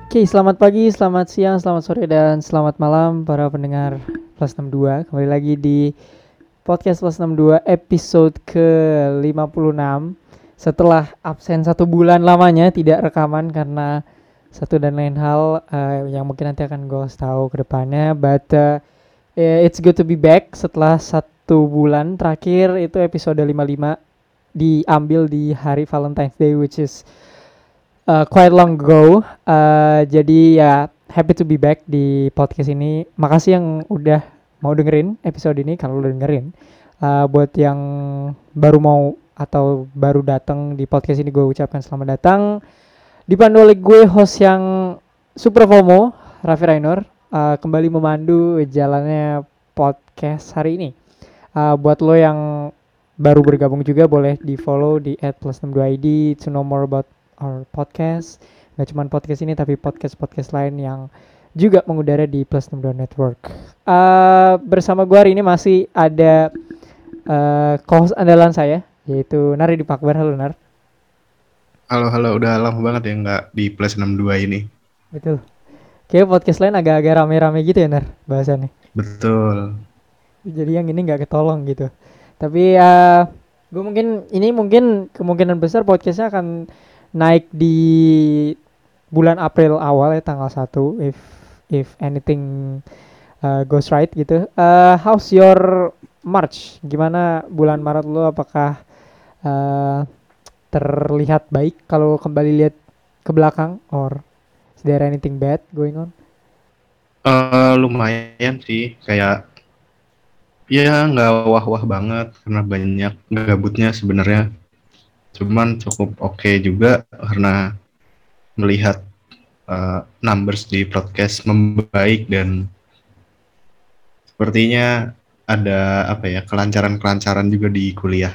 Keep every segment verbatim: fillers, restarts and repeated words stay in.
Oke, selamat pagi, selamat siang, selamat sore, dan selamat malam para pendengar Plus enam puluh dua. Kembali lagi di podcast Plus enam puluh dua episode ke lima puluh enam. Setelah absen satu bulan lamanya tidak rekaman karena satu dan lain hal uh, yang mungkin nanti akan gue tahu ke depannya. But uh, it's good to be back setelah satu bulan terakhir. Itu episode lima puluh lima diambil di hari Valentine's Day, which is uh, quite long ago. Uh, jadi ya happy to be back di podcast ini. Makasih yang udah mau dengerin episode ini kalau udah dengerin. Uh, buat yang baru mau atau baru datang di podcast ini, gue ucapkan selamat datang. Dipandu oleh gue, host yang super FOMO, Raffi Rainur, uh, kembali memandu jalannya podcast hari ini. Uh, buat lo yang baru bergabung juga boleh di follow di at plus enam dua I D to know more about our podcast. Gak cuma podcast ini tapi podcast-podcast lain yang juga mengudara di Plus enam dua Network. Uh, bersama gue hari ini masih ada uh, co-host andalan saya, yaitu Nar di Pakbar. Halo Nar. Halo, halo. Udah lama banget ya nggak di Plus enam puluh dua ini. Betul. Kayak podcast lain agak-agak rame-rame gitu ya Nar bahasannya. Betul. Jadi yang ini gak ketolong gitu. Tapi uh, gue mungkin ini mungkin kemungkinan besar podcastnya akan naik di bulan April awal ya, tanggal satu if if anything uh, goes right gitu. Uh, how's your March? Gimana bulan Maret lo? Apakah uh, terlihat baik kalau kembali lihat ke belakang, or is there anything bad going on? Uh, lumayan sih, kayak ya nggak wah-wah banget karena banyak gabutnya sebenarnya. Cuman cukup oke okay juga karena melihat uh, numbers di podcast membaik dan sepertinya ada apa ya kelancaran-kelancaran juga di kuliah.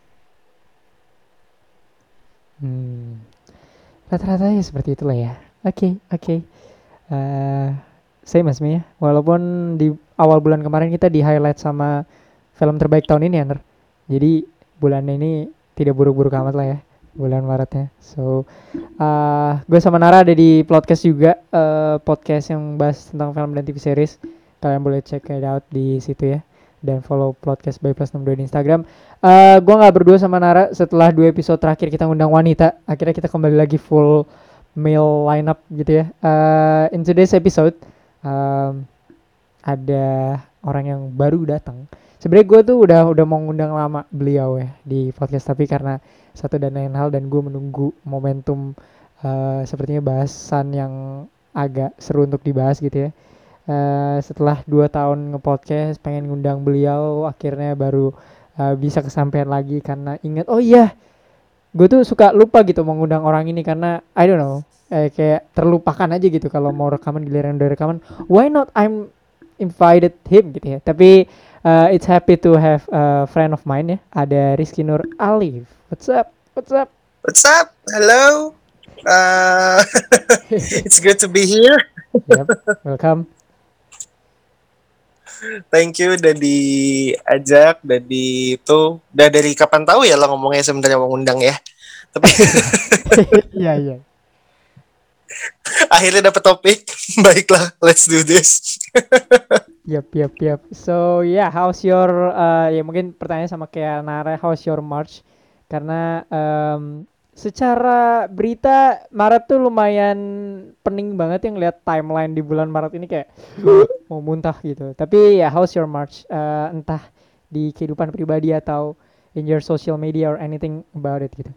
Hmm, rata-rata ya seperti itulah ya. Oke, okay, oke. Okay. Uh, saya Mas Mi ya. Walaupun di awal bulan kemarin kita di highlight sama film terbaik tahun ini ya, Ner. Jadi bulan ini tidak buruk-buruk amat lah ya, bulan Maretnya. So, uh, gue sama Nara ada di podcast juga, uh, podcast yang bahas tentang film dan T V series. Kalian boleh check it out di situ ya. Dan follow podcast by plus enam puluh dua di Instagram. Uh, gue gak berdua sama Nara setelah dua episode terakhir kita ngundang wanita. Akhirnya kita kembali lagi full male lineup gitu ya. Uh, in today's episode um, ada orang yang baru datang. Sebenarnya gue tuh udah udah mau ngundang lama beliau ya di podcast, tapi karena satu dan lain hal dan gue menunggu momentum uh, sepertinya bahasan yang agak seru untuk dibahas gitu ya. Uh, setelah dua tahun nge-podcast pengen ngundang beliau, akhirnya baru uh, bisa kesampaian lagi karena ingat, oh iya, gue tuh suka lupa gitu mau ngundang orang ini karena I don't know, eh, kayak terlupakan aja gitu kalau mau rekaman, giliran udah rekaman why not I'm invited him gitu ya. Tapi uh, it's happy to have a friend of mine ya, ada Rizky Nur Alif. What's up? What's up? What's up? Hello. Uh, it's good to be here. Yep, welcome. Thank you udah diajak, udah di itu, udah dari kapan tahu ya lo ngomongnya sebenarnya mau ngundang ya. Tapi Iya iya. akhirnya dapet topik. Baiklah, let's do this. Yap yap yap. So yeah, how's your uh, ya mungkin pertanyaan sama kayak Nara, how's your March? Karena um, secara berita Maret tuh lumayan pening banget yang lihat timeline di bulan Maret ini kayak mau muntah gitu. Tapi ya how's your March? Uh, entah di kehidupan pribadi atau in your social media or anything about it gitu.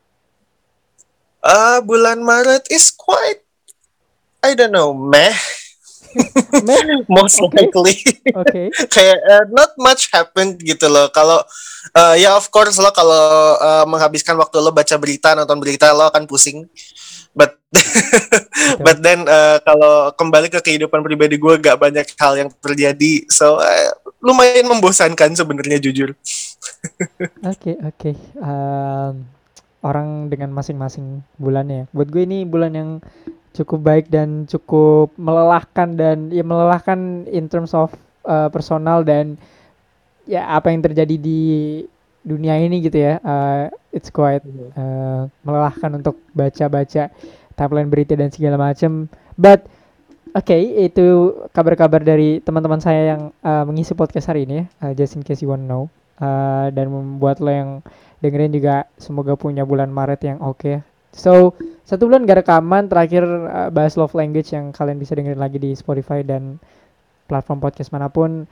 Uh, bulan Maret is quite, I don't know, meh. Most Okay. likely. Okay. Kayak uh, not much happened gitu loh. Kalau uh, ya of course lo kalau uh, menghabiskan waktu lo baca berita, nonton berita, lo akan pusing. But but then uh, kalau kembali ke kehidupan pribadi gue gak banyak hal yang terjadi. So uh, lumayan membosankan sebenarnya jujur. Oke, oke. Um, orang dengan masing-masing bulannya. Buat gue ini bulan yang cukup baik dan cukup melelahkan, dan ya melelahkan in terms of uh, personal dan ya apa yang terjadi di dunia ini gitu ya. Uh, it's quite uh, melelahkan untuk baca-baca timeline berita dan segala macam. But oke, itu kabar-kabar dari teman-teman saya yang uh, mengisi podcast hari ini ya, uh, just in case you wanna know. Uh, dan membuat lo yang dengerin juga semoga punya bulan Maret yang oke ya. So, satu bulan gak rekaman, terakhir uh, bahas love language yang kalian bisa dengerin lagi di Spotify dan platform podcast manapun.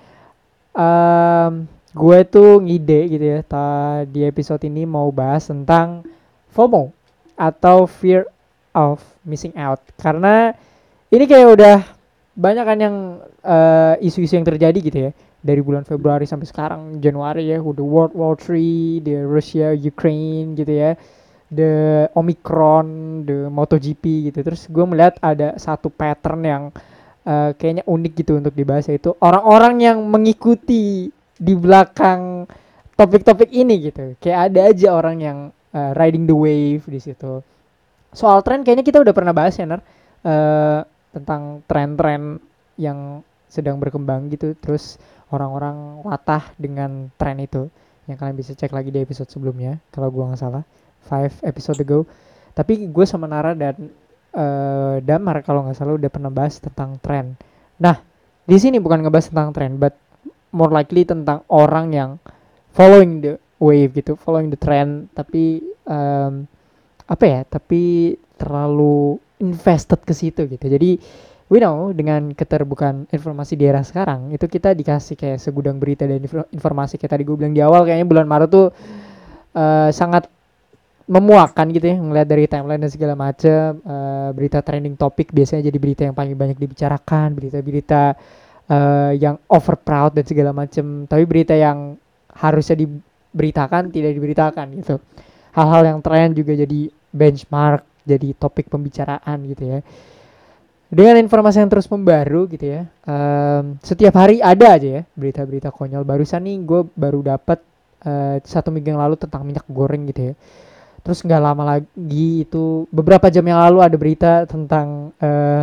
Um, gue tuh ngide gitu ya, ta- di episode ini mau bahas tentang FOMO atau fear of missing out. Karena ini kayak udah banyak kan yang eh, isu-isu yang terjadi gitu ya dari bulan Februari sampai sekarang Januari ya, udah World War three, the Russia Ukraine gitu ya, the Omicron, the MotoGP gitu. Terus gue melihat ada satu pattern yang eh, kayaknya unik gitu untuk dibahas, yaitu orang-orang yang mengikuti di belakang topik-topik ini gitu. Kayak ada aja orang yang eh, riding the wave di situ. Soal tren kayaknya kita udah pernah bahas ya, Nar. Eh, tentang tren-tren yang sedang berkembang gitu, terus orang-orang latah dengan tren itu, yang kalian bisa cek lagi di episode sebelumnya kalau gua nggak salah five episode ago. Tapi gue sama Nara dan eh, Damar kalau nggak salah udah pernah bahas tentang tren. Nah, di sini bukan ngebahas tentang tren, but more likely tentang orang yang following the wave gitu, following the trend, tapi em, apa ya, tapi terlalu invested ke situ gitu. Jadi we know dengan keterbukaan informasi di era sekarang itu kita dikasih kayak segudang berita dan informasi kayak tadi gue bilang di awal, kayaknya bulan Maret tuh uh, sangat memuakkan gitu ya, ngeliat dari timeline dan segala macam. Uh, berita trending topik biasanya jadi berita yang paling banyak dibicarakan, berita-berita uh, yang over proud dan segala macam, tapi berita yang harusnya diberitakan tidak diberitakan gitu. Hal-hal yang tren juga jadi benchmark, jadi topik pembicaraan gitu ya. Dengan informasi yang terus membaru gitu ya, um, setiap hari ada aja ya berita-berita konyol. Barusan nih gue baru dapat uh, satu minggu yang lalu tentang minyak goreng gitu ya. Terus nggak lama lagi itu beberapa jam yang lalu ada berita tentang uh,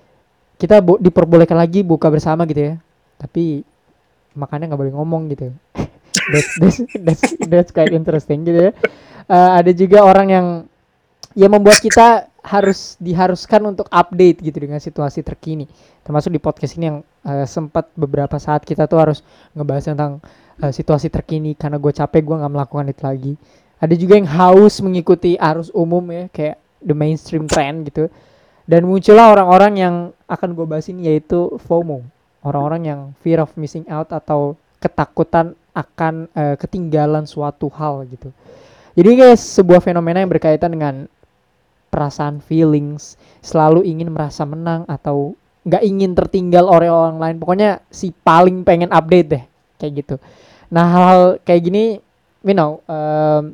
kita bo- diperbolehkan lagi buka bersama gitu ya. Tapi makannya nggak boleh ngomong gitu. that's, that's, that's, that's quite interesting gitu ya. Uh, ada juga orang yang yang membuat kita harus diharuskan untuk update gitu dengan situasi terkini, termasuk di podcast ini yang uh, sempat beberapa saat kita tuh harus ngebahas tentang uh, situasi terkini karena gue capek, gue nggak melakukan itu lagi. Ada juga yang haus mengikuti arus umum ya, kayak the mainstream trend gitu, dan muncullah orang-orang yang akan gue bahas ini, yaitu FOMO, orang-orang yang fear of missing out atau ketakutan akan uh, ketinggalan suatu hal gitu. Jadi guys, sebuah fenomena yang berkaitan dengan perasaan feelings, selalu ingin merasa menang atau nggak ingin tertinggal oleh orang lain. Pokoknya si paling pengen update deh, kayak gitu. Nah, hal-hal kayak gini, you know, um,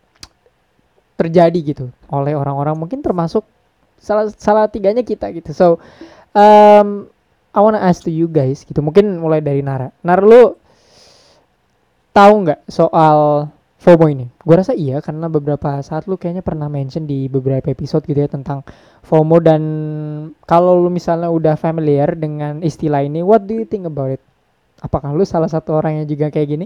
terjadi gitu oleh orang-orang, mungkin termasuk salah salah tiganya kita gitu. So, um, I wanna ask to you guys gitu. Mungkin mulai dari Nara. Nara, lu tahu nggak soal FOMO ini? Gue rasa iya, karena beberapa saat lu kayaknya pernah mention di beberapa episode gitu ya tentang FOMO. Dan kalau lu misalnya udah familiar dengan istilah ini, what do you think about it? Apakah lu salah satu orang yang juga kayak gini?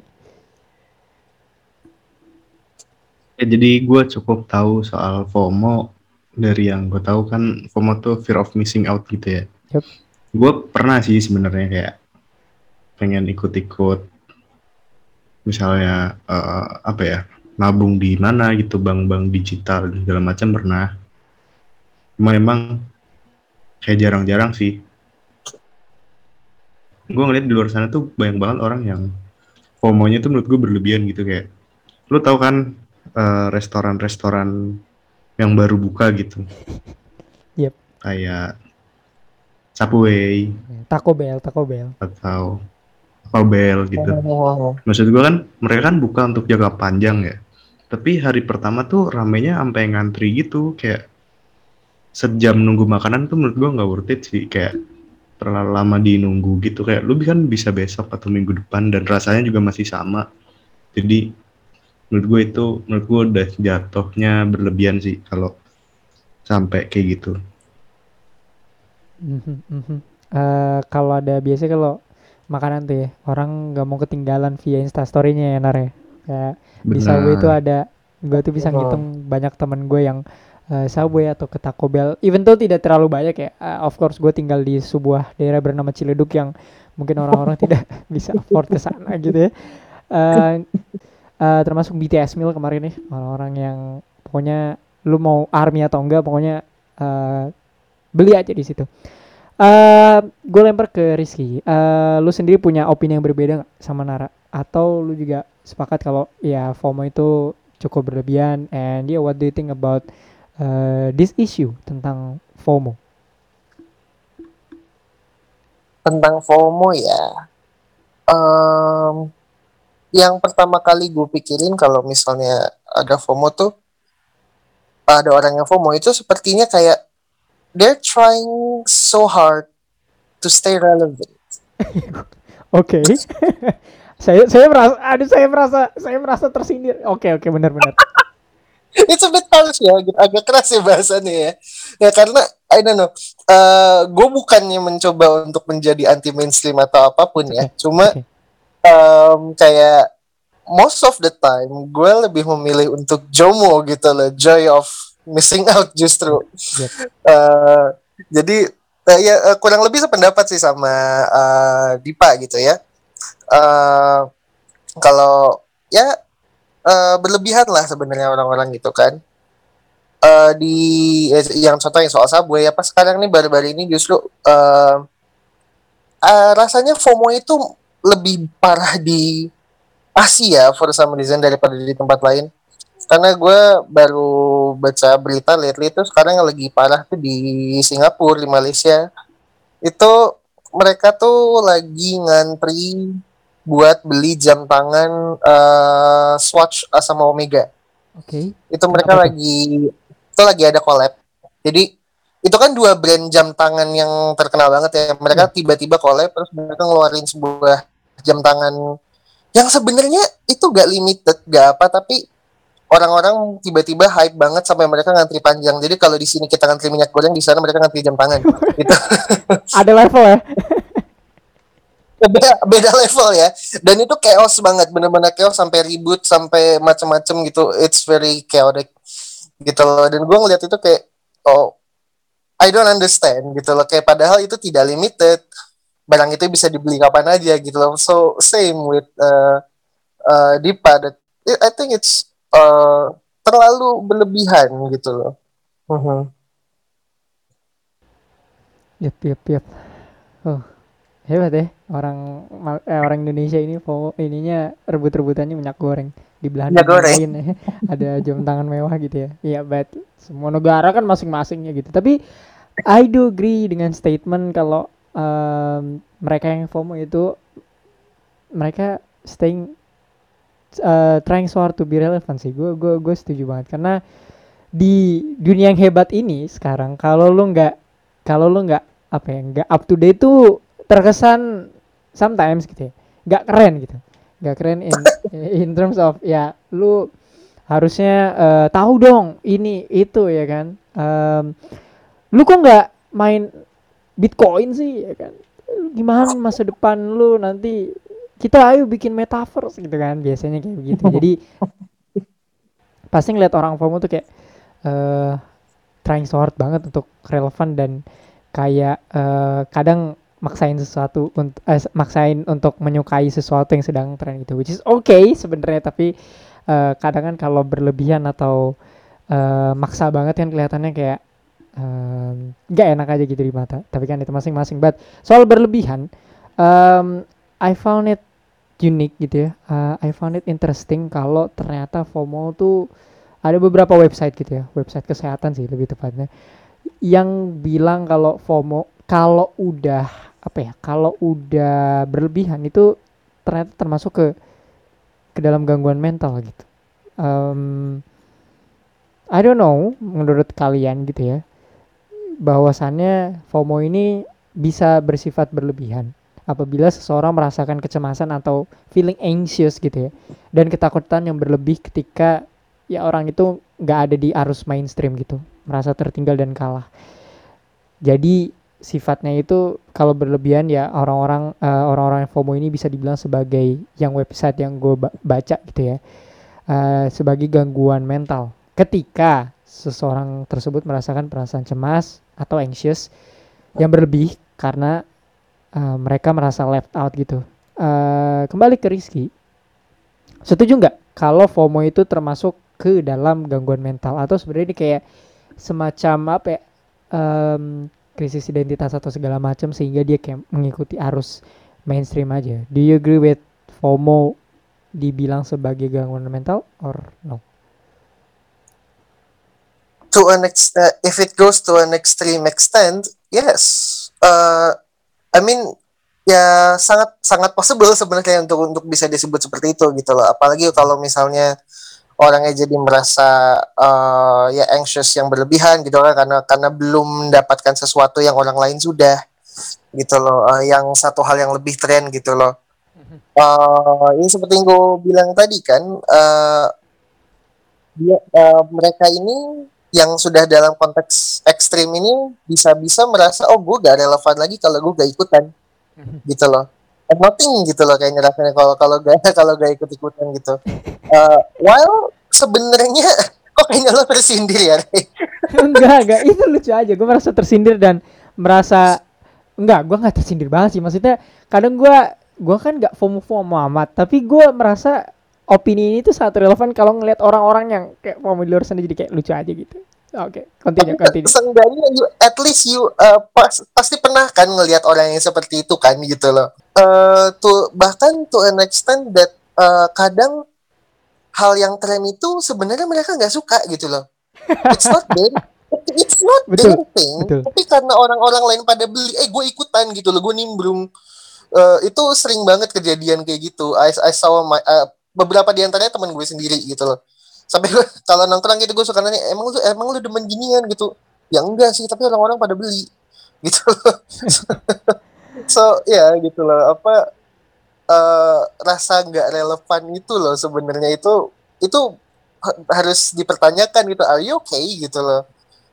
Ya, jadi gue cukup tahu soal FOMO. Dari yang gue tahu kan FOMO tuh fear of missing out gitu ya. Yup. Gue pernah sih sebenarnya kayak pengen ikut-ikut, misalnya uh, apa ya, nabung di mana gitu, bank-bank digital segala macam pernah. Cuma emang kayak jarang-jarang sih. Gue ngeliat di luar sana tuh banyak banget orang yang FOMO-nya tuh menurut gue berlebihan gitu. Kayak lu tahu kan uh, restoran-restoran yang baru buka gitu, Yep. kayak Subway Taco Bell, Taco Bell. atau Taco Bell gitu. Wow. Maksud gue kan mereka kan buka untuk jangka panjang ya. Tapi hari pertama tuh ramenya sampai ngantri gitu, kayak sejam nunggu makanan tuh menurut gue nggak worth it sih. Kayak terlalu lama di nunggu gitu. Kayak lu kan bisa besok atau minggu depan dan rasanya juga masih sama. Jadi menurut gue itu, menurut gue udah jatuhnya berlebihan sih kalau sampai kayak gitu. Mhm, mhm. Eh, kalau ada biasa kalau makanan tuh ya, orang nggak mau ketinggalan via instastorynya ya, Nar ya. Kayak di Subway itu Benar. ada, gue tuh bisa Benar. ngitung banyak temen gue yang uh, Subway atau ke Taco Bell, even though tidak terlalu banyak ya. Uh, of course gue tinggal di sebuah daerah bernama Ciledug yang mungkin orang-orang tidak bisa afford ke sana gitu ya. Uh, uh, termasuk B T S Meal kemarin nih, orang-orang yang pokoknya lu mau army atau enggak, pokoknya uh, beli aja di situ. Uh, gue lempar ke Rizky. Uh, lu sendiri punya opini yang berbeda nggak sama Nara? Atau lu juga sepakat kalau ya FOMO itu cukup berlebihan? And yeah, what do you think about uh, this issue tentang FOMO? Tentang FOMO ya, um, yang pertama kali gue pikirin kalau misalnya ada FOMO tuh, ada orang yang FOMO itu sepertinya kayak they're trying so hard to stay relevant. Oke. Okay. saya saya merasa aduh saya merasa saya merasa tersindir. Oke okay, oke okay, benar-benar. It's a bit harsh ya, agak keras ya bahasannya ya. Ya karena I don't know, uh, gue bukannya mencoba untuk menjadi anti mainstream atau apapun ya. Okay. Cuma okay. Um, kayak most of the time gue lebih memilih untuk JOMO gitu loh, joy of missing out justru. Yep. Uh, jadi uh, ya uh, kurang lebih sependapat sih sama uh, Dipa gitu ya. Uh, kalau ya uh, berlebihan lah sebenarnya orang-orang gitu kan. Uh, di eh, yang contoh yang soal Subway apa sekarang nih baru-baru ini justru uh, uh, rasanya FOMO itu lebih parah di Asia for some reason daripada di tempat lain. Karena gue baru baca berita lately itu sekarang yang lagi parah tuh di Singapura, di Malaysia. Itu mereka tuh lagi ngantri buat beli jam tangan uh, Swatch sama Omega. Oke. Okay. Itu mereka Kenapa lagi itu? itu lagi ada collab. Jadi itu kan dua brand jam tangan yang terkenal banget ya. Mereka yeah. tiba-tiba collab terus mereka ngeluarin sebuah jam tangan yang sebenarnya itu gak limited, gak apa, tapi orang-orang tiba-tiba hype banget sampai mereka ngantri panjang. Jadi kalau di sini kita ngantri minyak goreng, di sana mereka ngantri jam tangan. Gitu. Ada level ya? beda, beda level ya. Dan itu chaos banget, bener-bener chaos sampai ribut, sampai macam-macam gitu. It's very chaotic gitu loh. Dan gue ngeliat itu kayak, oh, I don't understand gitu loh. Kayak padahal itu tidak limited. Barang itu bisa dibeli kapan aja gitu loh. So same with uh, uh, Dipa. That, I think it's uh, terlalu berlebihan gitu loh. Uh-huh. Yep, yep, yep. Oh, hebat ya orang eh, orang Indonesia ini FOMO ininya rebut-rebutannya minyak goreng di belahan dunia lain ya. Ada jam tangan mewah gitu ya. Iya, but semua negara kan masing-masingnya gitu. Tapi I do agree dengan statement kalau um, mereka yang FOMO itu mereka staying uh, trying so hard to be relevant sih. Gue gue gue setuju banget karena di dunia yang hebat ini sekarang kalau lu nggak kalau lu nggak apa ya nggak up to date tuh terkesan sometimes gitu ya nggak keren gitu nggak keren in in terms of ya lu harusnya uh, tahu dong ini itu ya kan um, lu kok nggak main Bitcoin sih ya kan gimana masa depan lu nanti kita ayo bikin metaverse gitu kan biasanya kayak begitu jadi pasti ngeliat orang FOMO tuh kayak uh, trying so hard banget untuk relevan dan kayak uh, kadang maksain sesuatu untuk uh, maksain untuk menyukai sesuatu yang sedang tren gitu, which is okay sebenarnya tapi uh, kadang kan kalau berlebihan atau uh, maksa banget kan kelihatannya kayak nggak um, enak aja gitu di mata. Tapi kan itu masing-masing. But soal berlebihan, um, I found it unique gitu ya. Uh, I found it interesting kalau ternyata FOMO tuh ada beberapa website gitu ya, website kesehatan sih lebih tepatnya, yang bilang kalau FOMO kalau udah apa ya, kalau udah berlebihan itu ternyata termasuk ke ke dalam gangguan mental gitu. Um, I don't know menurut kalian gitu ya, bahwasannya FOMO ini bisa bersifat berlebihan apabila seseorang merasakan kecemasan atau feeling anxious gitu ya, dan ketakutan yang berlebih ketika ya orang itu nggak ada di arus mainstream gitu, merasa tertinggal dan kalah. Jadi sifatnya itu kalau berlebihan ya orang-orang uh, orang-orang yang FOMO ini bisa dibilang sebagai yang website yang gue baca gitu ya, uh, sebagai gangguan mental ketika seseorang tersebut merasakan perasaan cemas atau anxious yang berlebih karena uh, mereka merasa left out gitu. Uh, kembali ke Rizky, setuju nggak kalau FOMO itu termasuk ke dalam gangguan mental atau sebenarnya ini kayak semacam apa ya, um, krisis identitas atau segala macam sehingga dia kayak mengikuti arus mainstream aja? Do you agree with FOMO dibilang sebagai gangguan mental or no? To an ex- uh, if it goes to an extreme extent, yes. Uh, I mean, ya sangat sangat possible sebenarnya untuk untuk bisa disebut seperti itu gitu loh. Apalagi kalau misalnya orangnya jadi merasa uh, ya anxious yang berlebihan gitu kan, karena karena belum mendapatkan sesuatu yang orang lain sudah gitu loh, uh, yang satu hal yang lebih tren gitu loh. Uh, ini seperti yang gue bilang tadi kan, uh, dia, uh, mereka ini yang sudah dalam konteks ekstrim ini bisa-bisa merasa oh gue gak relevan lagi kalau gue gak ikutan gitu loh. And nothing gitu loh kayaknya rasanya kalau kalau gak kalau gak ikut-ikutan gitu. Uh, while sebenarnya kok kayaknya lo tersindir ya, Rey? enggak enggak itu lucu aja, gue merasa tersindir dan merasa enggak, gue nggak tersindir banget sih, maksudnya kadang gue gue kan nggak FOMO-FOMO amat, tapi gue merasa opini ini tuh sangat relevan kalau ngelihat orang-orang yang kayak FOMO di luar sana, jadi kayak lucu aja gitu. Oke, okay, continue, continue. Seenggaknya you, at least you uh, pas, pasti pernah kan ngelihat orang yang seperti itu kan gitu loh. Uh, tuh bahkan to an extent that uh, kadang hal yang tren itu sebenarnya mereka nggak suka gitu loh. It's not their, it's not their thing. Betul. Tapi karena orang-orang lain pada beli, eh gue ikutan gitu loh, gue nimbrung. Uh, itu sering banget kejadian kayak gitu. I, I saw my, uh, beberapa di antaranya teman gue sendiri gitu loh. Sampai gue kalau nongkrong gitu gue suka nanya, emang lu emang lu demen ginian gitu? Ya enggak sih, tapi orang-orang pada beli gitu loh. So ya yeah, gitu loh, apa uh, rasa nggak relevan itu loh sebenarnya itu itu harus dipertanyakan gitu. Are you okay gitu loh?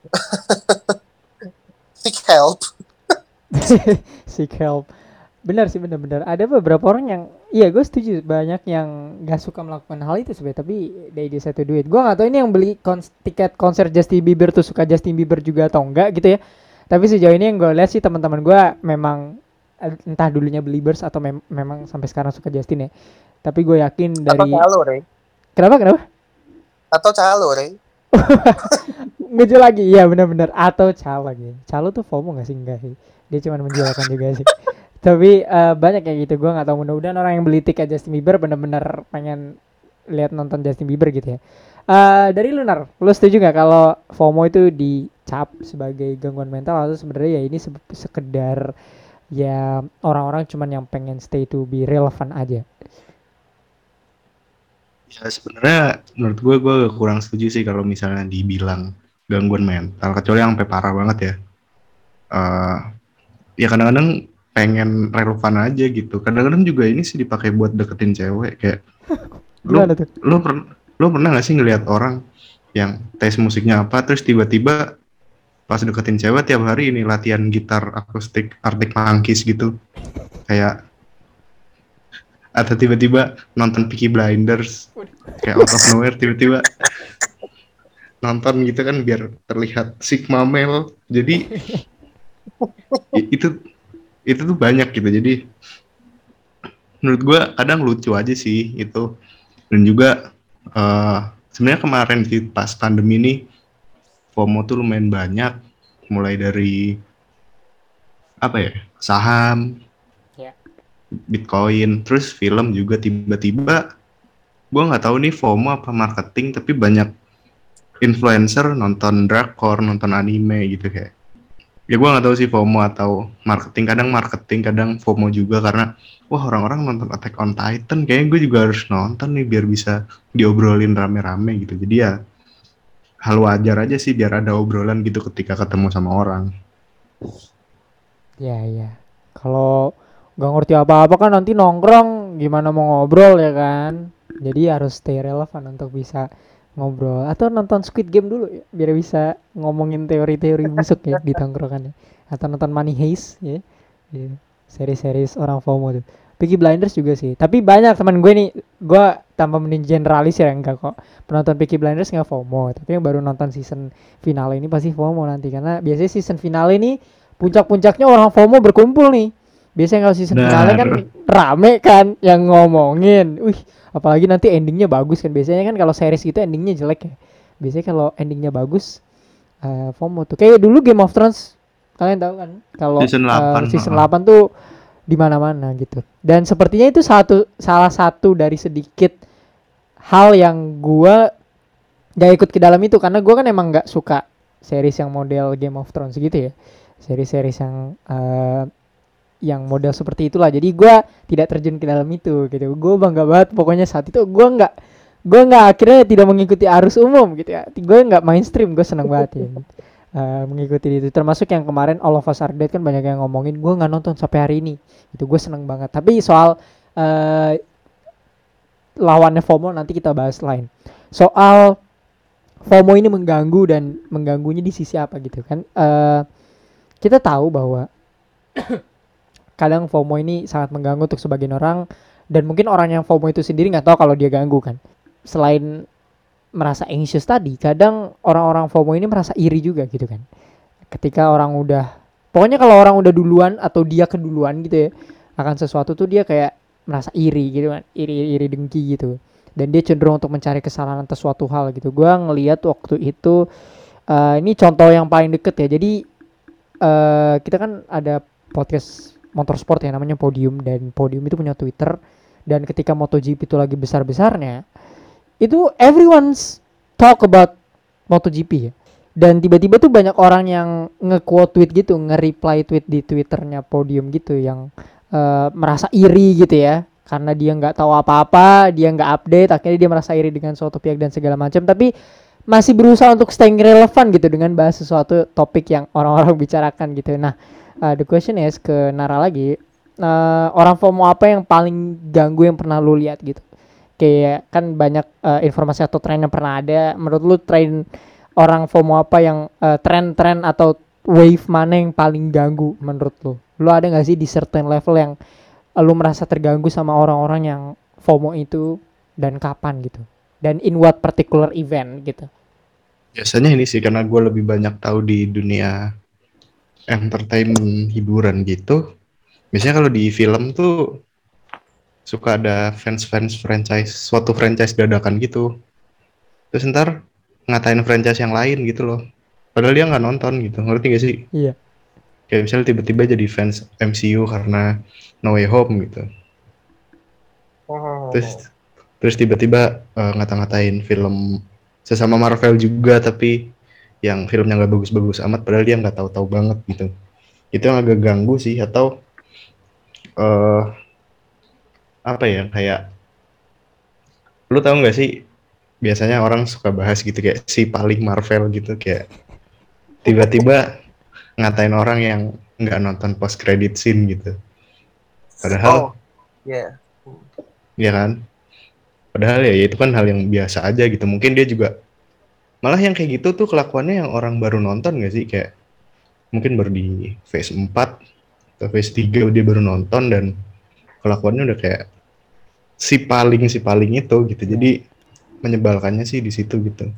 Seek help. Seek help. Benar sih, benar-benar ada beberapa orang yang iya gue setuju, banyak yang gak suka melakukan hal itu sebenarnya, tapi they decide to do it. Gue gak tahu ini yang beli kons- tiket konser Justin Bieber tuh suka Justin Bieber juga atau enggak gitu ya, tapi sejauh ini yang gue lihat sih teman-teman gue memang entah dulunya Beliebers atau mem- memang sampai sekarang suka Justin ya, tapi gue yakin dari atau calo, Rey. Kenapa kenapa atau calo, Rey. Ngejual lagi, iya benar-benar, atau calo lagi. Calo tuh FOMO gak sih? Enggak sih, dia cuma menjualkan juga sih. Tapi uh, banyak kayak gitu, gue nggak tahu, mudah-mudahan orang yang beli tiket Justin Bieber benar-benar pengen lihat nonton Justin Bieber gitu ya. Uh, dari Lunar, lu setuju nggak kalau FOMO itu dicap sebagai gangguan mental atau sebenarnya ya ini se- sekedar ya orang-orang cuman yang pengen stay to be relevant aja? Ya sebenarnya menurut gue gue kurang setuju sih kalau misalnya dibilang gangguan mental, kecuali yang sampai parah banget ya. Uh, ya kadang-kadang pengen relevan aja gitu. Kadang-kadang juga ini sih dipakai buat deketin cewek kayak. Lu Gimana tuh? lu per, lu pernah gak sih ngelihat orang yang tes musiknya apa terus tiba-tiba pas deketin cewek tiap hari ini latihan gitar akustik Arctic Monkeys gitu, kayak atau tiba-tiba nonton Peaky Blinders kayak out of nowhere tiba-tiba nonton gitu kan biar terlihat Sigma male. Jadi itu itu tuh banyak gitu. Jadi menurut gue kadang lucu aja sih itu. Dan juga uh, sebenarnya kemarin sih pas pandemi ini FOMO tuh lumayan banyak, mulai dari apa ya, saham, Ya. Bitcoin, terus film juga tiba-tiba. Gue nggak tahu nih FOMO apa marketing, tapi banyak influencer nonton drakor, nonton anime gitu kayak. Ya gue nggak tahu sih FOMO atau marketing. Kadang marketing, kadang FOMO juga karena wah orang-orang nonton Attack on Titan, kayaknya gue juga harus nonton nih biar bisa diobrolin rame-rame gitu. Jadi ya hal wajar aja sih biar ada obrolan gitu ketika ketemu sama orang. Ya ya. Kalau nggak ngerti apa-apa kan nanti nongkrong gimana mau ngobrol ya kan. Jadi harus stay relevan untuk bisa ngobrol atau nonton Squid Game dulu ya, biar bisa ngomongin teori-teori busuk ya di tongkrongan ya. Atau nonton Money Heist ya. Ya. Seri-seri orang FOMO tuh. Peaky Blinders juga sih. Tapi banyak teman gue nih, gue tanpa mengeneralisir ya, enggak kok. Penonton Peaky Blinders nggak FOMO, tapi yang baru nonton season finale ini pasti FOMO nanti, karena biasanya season finale ini puncak-puncaknya orang FOMO berkumpul nih. Biasanya kalau season finale kan Benar. rame kan yang ngomongin. Wih, apalagi nanti endingnya bagus kan. Biasanya kan kalau series gitu endingnya jelek ya. Biasanya kalau endingnya bagus, eh, FOMO tuh. Kayak dulu Game of Thrones, kalian tahu kan? Kalau Season eh, delapan. season heeh. delapan tuh di mana-mana gitu. Dan sepertinya itu satu salah satu dari sedikit hal yang gua gak ikut ke dalam itu, karena gua kan emang nggak suka series yang model Game of Thrones gitu ya. Series-series yang eh, yang model seperti itulah. Jadi gua tidak terjun ke dalam itu gitu. Gue bangga banget pokoknya saat itu gua nggak gue nggak akhirnya tidak mengikuti arus umum gitu ya. Gue nggak mainstream, gue seneng banget ya. Eh, mengikuti itu, termasuk yang kemarin All of Us Are Dead kan banyak yang ngomongin, gue nggak nonton sampai hari ini. Itu gue seneng banget. Tapi soal eh, lawannya FOMO nanti kita bahas lain. Soal FOMO ini mengganggu dan mengganggunya di sisi apa gitu kan? Eh, kita tahu bahwa kadang FOMO ini sangat mengganggu untuk sebagian orang, dan mungkin orang yang FOMO itu sendiri nggak tahu kalau dia ganggu kan. Selain merasa anxious tadi, kadang orang-orang FOMO ini merasa iri juga gitu kan. Ketika orang udah, pokoknya kalau orang udah duluan atau dia keduluan gitu ya akan sesuatu tuh, dia kayak merasa iri gitu kan, iri-iri dengki gitu. Dan dia cenderung untuk mencari kesalahan atas suatu hal gitu. Gua ngelihat waktu itu, eh, ini contoh yang paling deket ya. Jadi eh, kita kan ada podcast motorsport yang namanya Podium, dan Podium itu punya Twitter. Dan ketika MotoGP itu lagi besar-besarnya, itu everyone's talk about MotoGP ya. Dan tiba-tiba tuh banyak orang yang nge-quote tweet gitu, nge-reply tweet di Twitternya Podium gitu, yang eh, merasa iri gitu ya, karena dia nggak tahu apa-apa, dia nggak update, akhirnya dia merasa iri dengan suatu pihak dan segala macam, tapi masih berusaha untuk staying relevan gitu dengan bahas sesuatu topik yang orang-orang bicarakan gitu. Nah, uh, the question is ke Nara lagi, uh, orang FOMO apa yang paling ganggu yang pernah lu lihat gitu? Kayak kan banyak uh, informasi atau tren yang pernah ada. Menurut lu tren orang FOMO apa yang uh, tren-tren atau wave mana yang paling ganggu menurut lu? Lu ada nggak sih di certain level yang uh, lu merasa terganggu sama orang-orang yang FOMO itu, dan kapan gitu? Dan in what particular event gitu? Biasanya ini sih karena gue lebih banyak tahu di dunia entertainment hiburan gitu. Biasanya kalau di film tuh suka ada fans-fans franchise, suatu franchise dadakan gitu. Terus ntar ngatain franchise yang lain gitu loh. Padahal dia nggak nonton gitu, ngerti gak sih? Iya. Kayak misalnya tiba-tiba jadi fans M C U karena No Way Home gitu. Terus terus tiba-tiba uh, ngata-ngatain film sesama Marvel juga, tapi yang filmnya nggak bagus-bagus amat, padahal dia nggak tahu-tahu banget gitu. Itu yang agak ganggu sih. Atau uh, apa ya, kayak lu tahu nggak sih, biasanya orang suka bahas gitu kayak si paling Marvel gitu, kayak tiba-tiba ngatain orang yang nggak nonton post credit scene gitu. Padahal Oh, ya. ya kan, padahal ya itu kan hal yang biasa aja gitu. Mungkin dia juga malah yang kayak gitu tuh kelakuannya yang orang baru nonton nggak sih, kayak mungkin baru di phase empat atau phase tiga dia baru nonton dan kelakuannya udah kayak si paling si paling itu gitu. Iya. Jadi menyebalkannya sih di situ gitu.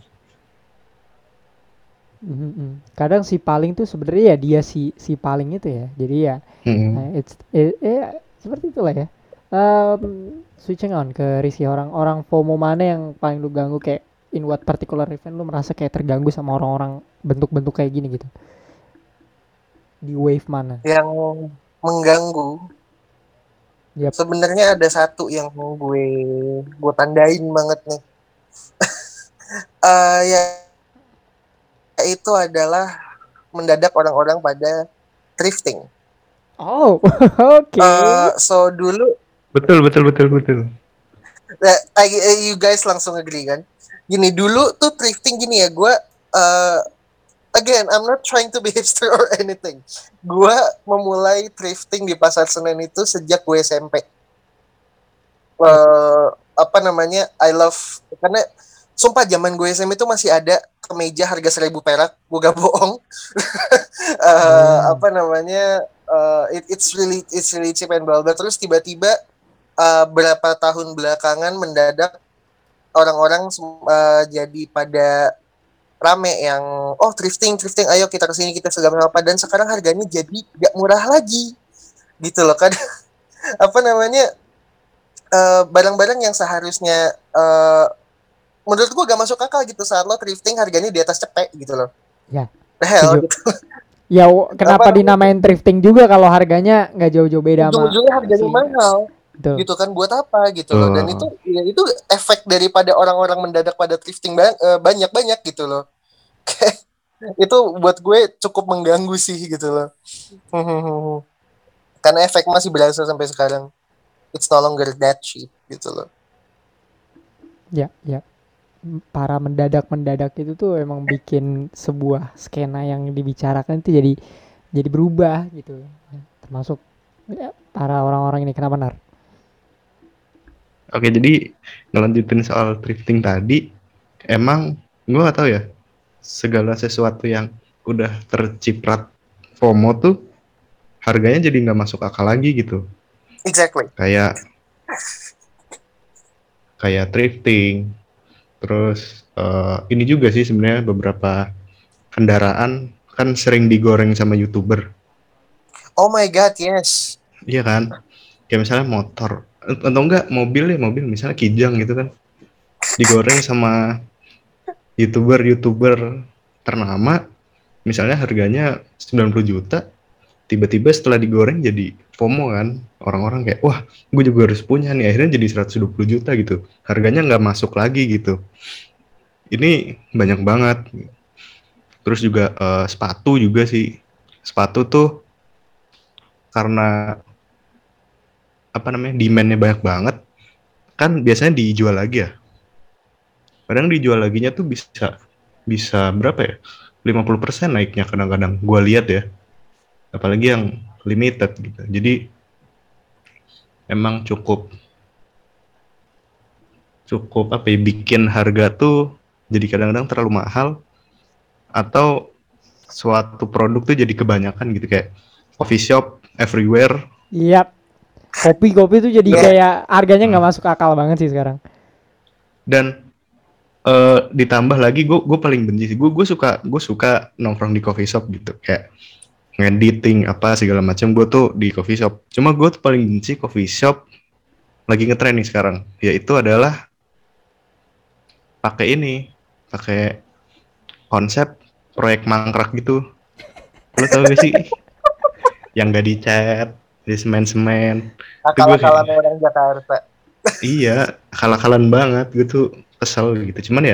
Mhm. Kadang si paling tuh sebenarnya ya dia si si paling itu ya. Jadi ya Hmm. eh, it's eh, eh, seperti itulah ya. Um, switching on ke Rizky, orang-orang FOMO mana yang paling lu ganggu, kayak in what particular event lu merasa kayak terganggu sama orang-orang bentuk-bentuk kayak gini gitu. Di wave mana? Yang mengganggu. Yap. Sebenarnya ada satu yang gue gue tandain banget nih. Eh ya itu adalah mendadak orang-orang pada thrifting. Oh, oke. Eh so dulu Betul betul betul betul. eh, eh, you guys langsung agree kan? Gini dulu tuh thrifting gini ya, gue eh again I'm not trying to be hipster or anything. Gue memulai thrifting di Pasar Senen itu sejak gue S M P. Eh apa namanya? I love, karena sumpah zaman gue S M P itu masih ada kemeja harga seribu perak, gue gak bohong. Eh, Hmm. apa namanya? eh, it, it's really it's really cheap and well. Terus tiba-tiba uh, berapa tahun belakangan mendadak orang-orang sem- eh, jadi pada rame yang oh thrifting thrifting ayo kita kesini kita segala apa dan sekarang harganya jadi gak murah lagi gitu loh kan. Apa namanya eh, barang-barang yang seharusnya eh, menurut gua gak masuk akal gitu saat lo thrifting harganya di atas cepek gitu loh. Ya, The hell setuju. gitu. Ya, w- Apa kenapa namanya dinamain thrifting juga kalau harganya nggak jauh-jauh beda sama ujung-ujungnya harganya si mahal betul. gitu kan buat apa gitu loh dan itu Eh, ya itu efek daripada orang-orang mendadak pada thrifting ba- eh, banyak-banyak gitu loh. Itu buat gue cukup mengganggu sih gitu loh. Karena efek masih berasa sampai sekarang. It's no longer that cheap gitu loh. Ya, ya. Para mendadak-mendadak itu tuh emang bikin sebuah skena yang dibicarakan itu jadi jadi berubah gitu. Termasuk ya, para orang-orang ini kenapa nar? Oke, jadi ngelanjutin soal thrifting tadi, emang gue gak tahu ya, segala sesuatu yang udah terciprat FOMO tuh harganya jadi nggak masuk akal lagi gitu. Exactly. Kayak kayak thrifting, terus eh, ini juga sih sebenarnya beberapa kendaraan kan sering digoreng sama YouTuber, Oh my god, yes. iya kan? Kayak misalnya motor atau enggak mobil ya mobil misalnya Kijang gitu kan, digoreng sama YouTuber-YouTuber ternama, misalnya harganya sembilan puluh juta, tiba-tiba setelah digoreng jadi FOMO kan, orang-orang kayak wah gue juga harus punya nih, akhirnya jadi seratus dua puluh juta gitu, harganya nggak masuk lagi gitu. Ini banyak banget. Terus juga eh, sepatu juga sih, sepatu tuh karena apa namanya demandnya banyak banget kan biasanya dijual lagi ya, kadang dijual laginya tuh bisa bisa berapa ya, lima puluh persen naiknya kadang-kadang gue lihat ya, apalagi yang limited gitu. Jadi emang cukup cukup apa ya, bikin harga tuh jadi kadang-kadang terlalu mahal, atau suatu produk tuh jadi kebanyakan gitu, kayak coffee shop everywhere. Iya, kopi-kopi tuh jadi Yeah. kayak harganya nggak Nah, masuk akal banget sih sekarang. dan eh, ditambah lagi gue gue paling benci sih, gue gue suka gue suka nongkrong di coffee shop gitu, kayak ngediting apa segala macam gue tuh di coffee shop. Cuma gue tuh paling benci coffee shop lagi ngetren nih sekarang, yaitu adalah pakai ini, pakai konsep proyek mangkrak gitu. Lo tau gak sih? Yang gak dicat, di semen-semen. Itu gue Akal-akalan kayak, orang Jakarta. iya, akal-akalan banget. Gue tuh kesel gitu. Cuman ya,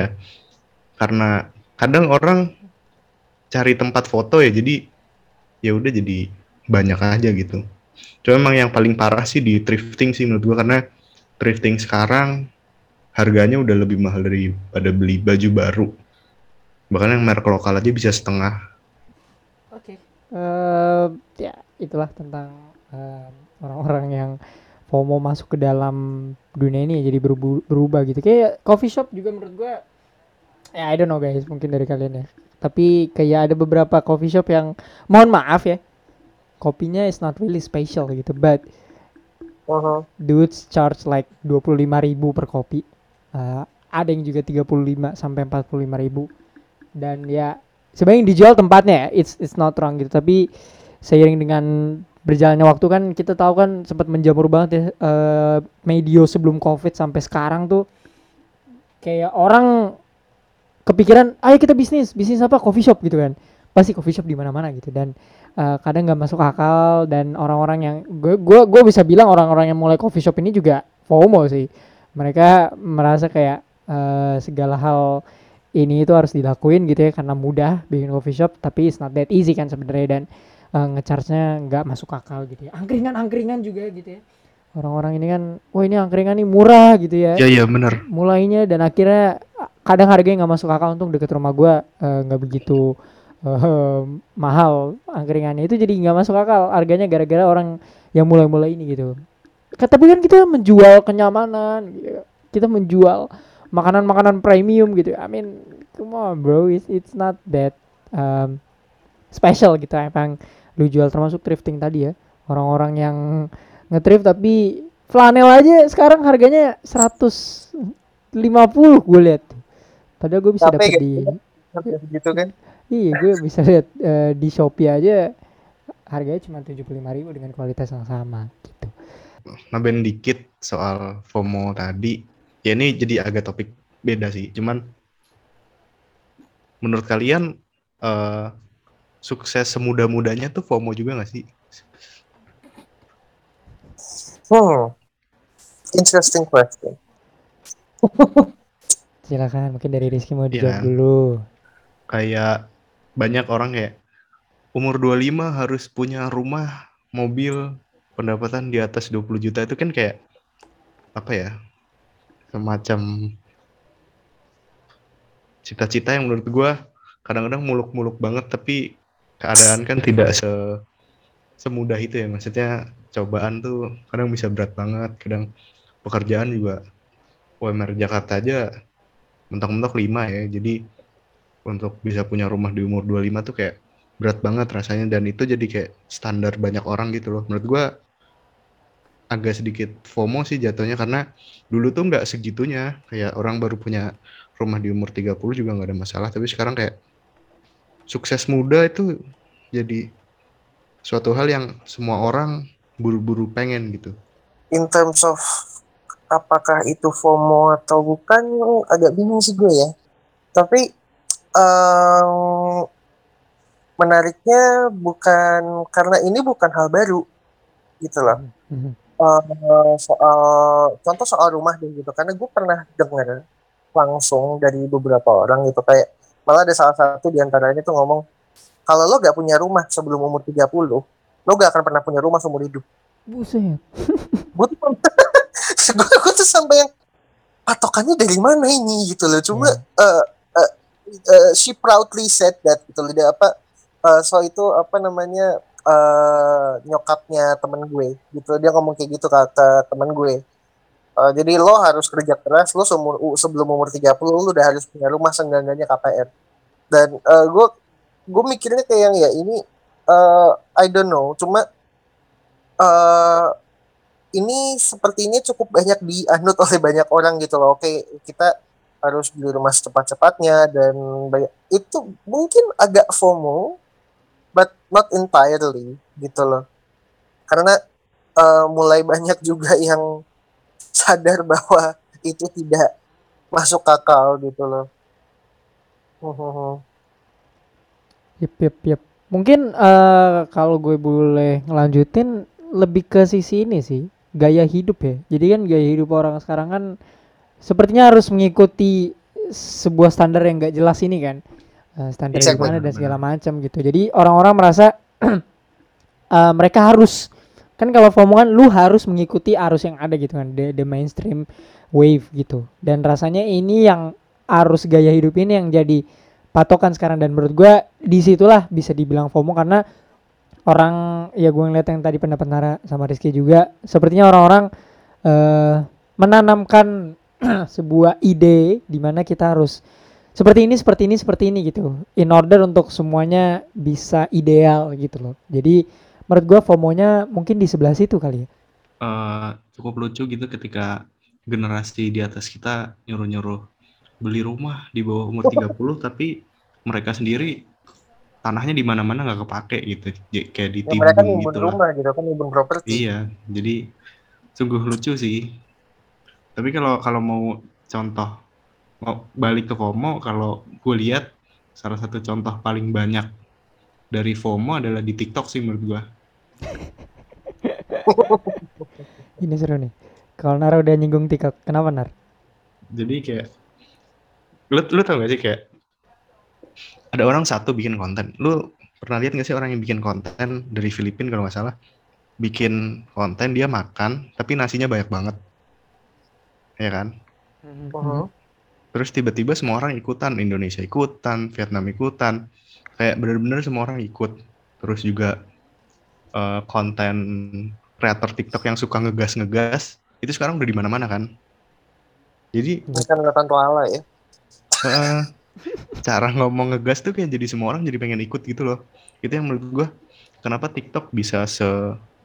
karena kadang orang cari tempat foto ya, jadi ya udah jadi banyak aja gitu. Cuma emang yang paling parah sih di thrifting sih menurut gue, karena thrifting sekarang harganya udah lebih mahal daripada beli baju baru. Bahkan yang merek lokal aja bisa setengah. Oke. Eh, ya itulah tentang eh, orang-orang yang FOMO masuk ke dalam dunia ini jadi berubu- berubah gitu. Kayak coffee shop juga menurut gua ya I don't know guys, mungkin dari kalian ya. Tapi kayak ada beberapa coffee shop yang mohon maaf ya, kopinya is not really special gitu, but Uh-huh. dudes charge like dua puluh lima ribu per kopi. Eh, ada yang juga tiga puluh lima sampai empat puluh lima ribu. Dan ya sebenarnya yang dijual tempatnya ya, it's it's not wrong gitu, tapi seiring dengan berjalannya waktu kan kita tahu kan sempat menjamur banget ya eh, medio sebelum covid sampai sekarang tuh kayak orang kepikiran ayo kita bisnis bisnis apa coffee shop gitu kan, pasti coffee shop di mana-mana gitu, dan eh, kadang nggak masuk akal, dan orang-orang yang gue gue gue bisa bilang orang-orang yang mulai coffee shop ini juga FOMO sih, mereka merasa kayak eh, segala hal ini itu harus dilakuin gitu ya karena mudah bikin coffee shop, tapi it's not that easy kan sebenarnya, dan uh, ngecharge-nya nggak masuk akal gitu ya. Angkringan-angkringan juga gitu ya. Orang-orang ini kan, wah ini angkringan nih murah gitu ya. Iya iya bener. Mulainya dan akhirnya kadang harganya nggak masuk akal, untuk deket rumah gua uh, nggak begitu uh, mahal angkringannya itu, jadi nggak masuk akal harganya gara-gara orang yang mulai-mulai ini gitu. Tapi kan kita menjual kenyamanan, gitu. Kita menjual makanan-makanan premium gitu. I mean, come on bro, it's, it's not that um, special gitu apa yang lu jual, termasuk thrifting tadi ya. Orang-orang yang nge-thrift tapi flanel aja sekarang harganya seratus lima puluh gue lihat. Padahal gue bisa Capek dapat gitu di kan? Harga segitu kan? iya gue bisa lihat eh, di Shopee aja harganya cuma tujuh puluh lima ribu dengan kualitas yang sama gitu. Nambahin dikit soal FOMO tadi. Ya ini jadi agak topik beda sih. Cuman menurut kalian eh, sukses semudah-mudahnya tuh FOMO juga gak sih? Hmm, interesting question. Silakan mungkin dari Rizky mau Iya dijawab kan? dulu. Kayak banyak orang kayak umur dua puluh lima harus punya rumah, mobil, pendapatan di atas dua puluh juta itu kan kayak apa ya? Semacam cita-cita yang menurut gua kadang-kadang muluk-muluk banget tapi keadaan kan tidak se semudah itu ya. Maksudnya cobaan tuh kadang bisa berat banget, kadang pekerjaan juga U M R Jakarta aja mentok-mentok lima ya. Jadi untuk bisa punya rumah di umur dua puluh lima tuh kayak berat banget rasanya dan itu jadi kayak standar banyak orang gitu loh. Menurut gua agak sedikit FOMO sih jatuhnya karena dulu tuh nggak segitunya. Kayak orang baru punya rumah di umur tiga puluh juga nggak ada masalah, tapi sekarang kayak sukses muda itu jadi suatu hal yang semua orang buru-buru pengen gitu. In terms of apakah itu FOMO atau bukan, agak bingung sih gue ya. Tapi um, menariknya bukan karena ini bukan hal baru gitu loh. Mhm, mhm. Uh, soal contoh soal rumah deh gitu. Karena gue pernah dengar langsung dari beberapa orang gitu kayak malah ada salah satu di antaranya tuh ngomong kalau lo gak punya rumah sebelum umur tiga puluh, lo gak akan pernah punya rumah seumur hidup. Buset. Gue tuh, gue, gue tuh sampai yang patokannya dari mana ini gitu loh. Cuma Ya. uh, uh, uh, she proudly said that gitu loh. Dia apa uh, so itu apa namanya uh, nyokapnya temen gue gitu. Dia ngomong kayak gitu ke, ke temen gue. Uh, jadi lo harus kerja keras, lo seumur, sebelum umur tiga puluh lo udah harus punya rumah seenggak-enggaknya K P R. Dan uh, gue gue mikirnya kayak yang ya ini uh, I don't know. Cuma uh, ini sepertinya cukup banyak dianut oleh banyak orang gitu loh. Oke, kita harus beli rumah secepat-cepatnya dan banyak, itu mungkin agak FOMO, but not entirely gitu loh. Karena uh, mulai banyak juga yang sadar bahwa itu tidak masuk akal gitu loh. Yep, yep, yep. Mungkin eh kalau gue boleh ngelanjutin lebih ke sisi ini sih, gaya hidup ya. Jadi kan gaya hidup orang sekarang kan sepertinya harus mengikuti sebuah standar yang gak jelas ini kan. Eh, standar Exactly. gimana dan segala macam gitu. Jadi orang-orang merasa eh, mereka harus kan kalau FOMO kan lu harus mengikuti arus yang ada gitu kan, the, the mainstream wave gitu. Dan rasanya ini yang arus gaya hidup ini yang jadi patokan sekarang dan menurut gue disitulah bisa dibilang FOMO karena orang ya gue ngeliat yang tadi pendapat Nara sama Rizky juga sepertinya orang-orang eh, menanamkan sebuah ide di mana kita harus seperti ini seperti ini seperti ini gitu in order untuk semuanya bisa ideal gitu loh. Jadi menurut gue FOMO-nya mungkin di sebelah situ kali ya. Uh, cukup lucu gitu ketika generasi di atas kita nyuruh-nyuruh beli rumah di bawah umur tiga puluh tapi mereka sendiri tanahnya di mana-mana nggak kepake gitu, J- kayak Ya mereka ditimbun nimbun gitu lah. rumah gitu kan, nimbun properti. Iya, jadi sungguh lucu sih. Tapi kalau kalau mau contoh mau balik ke FOMO, kalau gue lihat salah satu contoh paling banyak dari FOMO adalah di TikTok sih menurut gue. Ini seru nih. Kalau Nara udah nyinggung TikTok, kenapa Nar? Jadi kayak lu lu tau gak sih kayak ada orang satu bikin konten. Lu pernah lihat gak sih orang yang bikin konten dari Filipina kalau nggak salah? Bikin konten dia makan tapi nasinya banyak banget, ya kan? Mhm. Terus tiba-tiba semua orang ikutan, Indonesia ikutan, Vietnam ikutan, kayak bener-bener semua orang ikut. Terus juga uh, konten kreator TikTok yang suka ngegas-ngegas itu sekarang udah di mana-mana kan. Jadi Bukan ngeliatan Lala ya. uh, cara ngomong ngegas tuh kayak jadi semua orang jadi pengen ikut gitu loh. Itu yang menurut gue kenapa TikTok bisa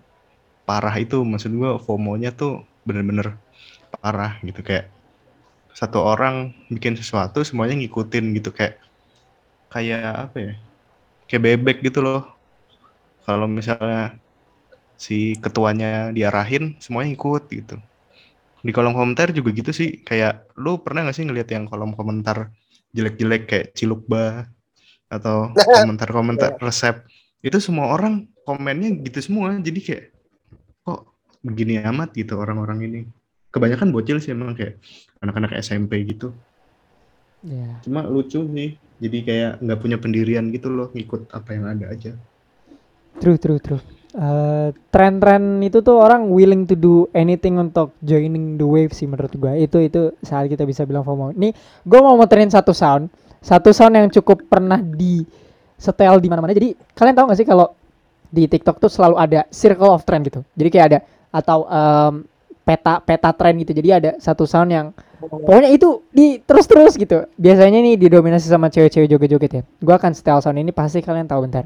separah itu. Maksud gue FOMO-nya tuh bener-bener parah gitu, kayak satu orang bikin sesuatu semuanya ngikutin gitu, kayak kayak apa ya? Kayak bebek gitu loh. Kalau misalnya si ketuanya diarahin, semuanya ikut gitu. Di kolom komentar juga gitu sih. Kayak lu pernah gak sih ngeliat yang kolom komentar jelek-jelek kayak Cilukba atau komentar-komentar Ya. resep? Itu semua orang komennya gitu semua. Jadi kayak kok begini amat gitu orang-orang ini. Kebanyakan bocil sih emang, kayak anak-anak S M P gitu. Ya. Cuma lucu sih. Jadi kayak nggak punya pendirian gitu loh, ngikut apa yang ada aja. True, true, true. Eh, tren-tren itu tuh orang willing to do anything untuk joining the wave sih menurut gua. Itu itu saat kita bisa bilang FOMO. Nih, gua mau muterin satu sound, satu sound yang cukup pernah di setel di mana-mana. Jadi kalian tahu nggak sih kalau di TikTok tuh selalu ada circle of trend gitu. Jadi kayak ada atau em, peta peta trend gitu. Jadi ada satu sound yang pokoknya itu di terus-terus gitu. Biasanya nih didominasi sama cewek-cewek joget-joget ya. Gua akan setel sound ini, pasti kalian tahu bentar.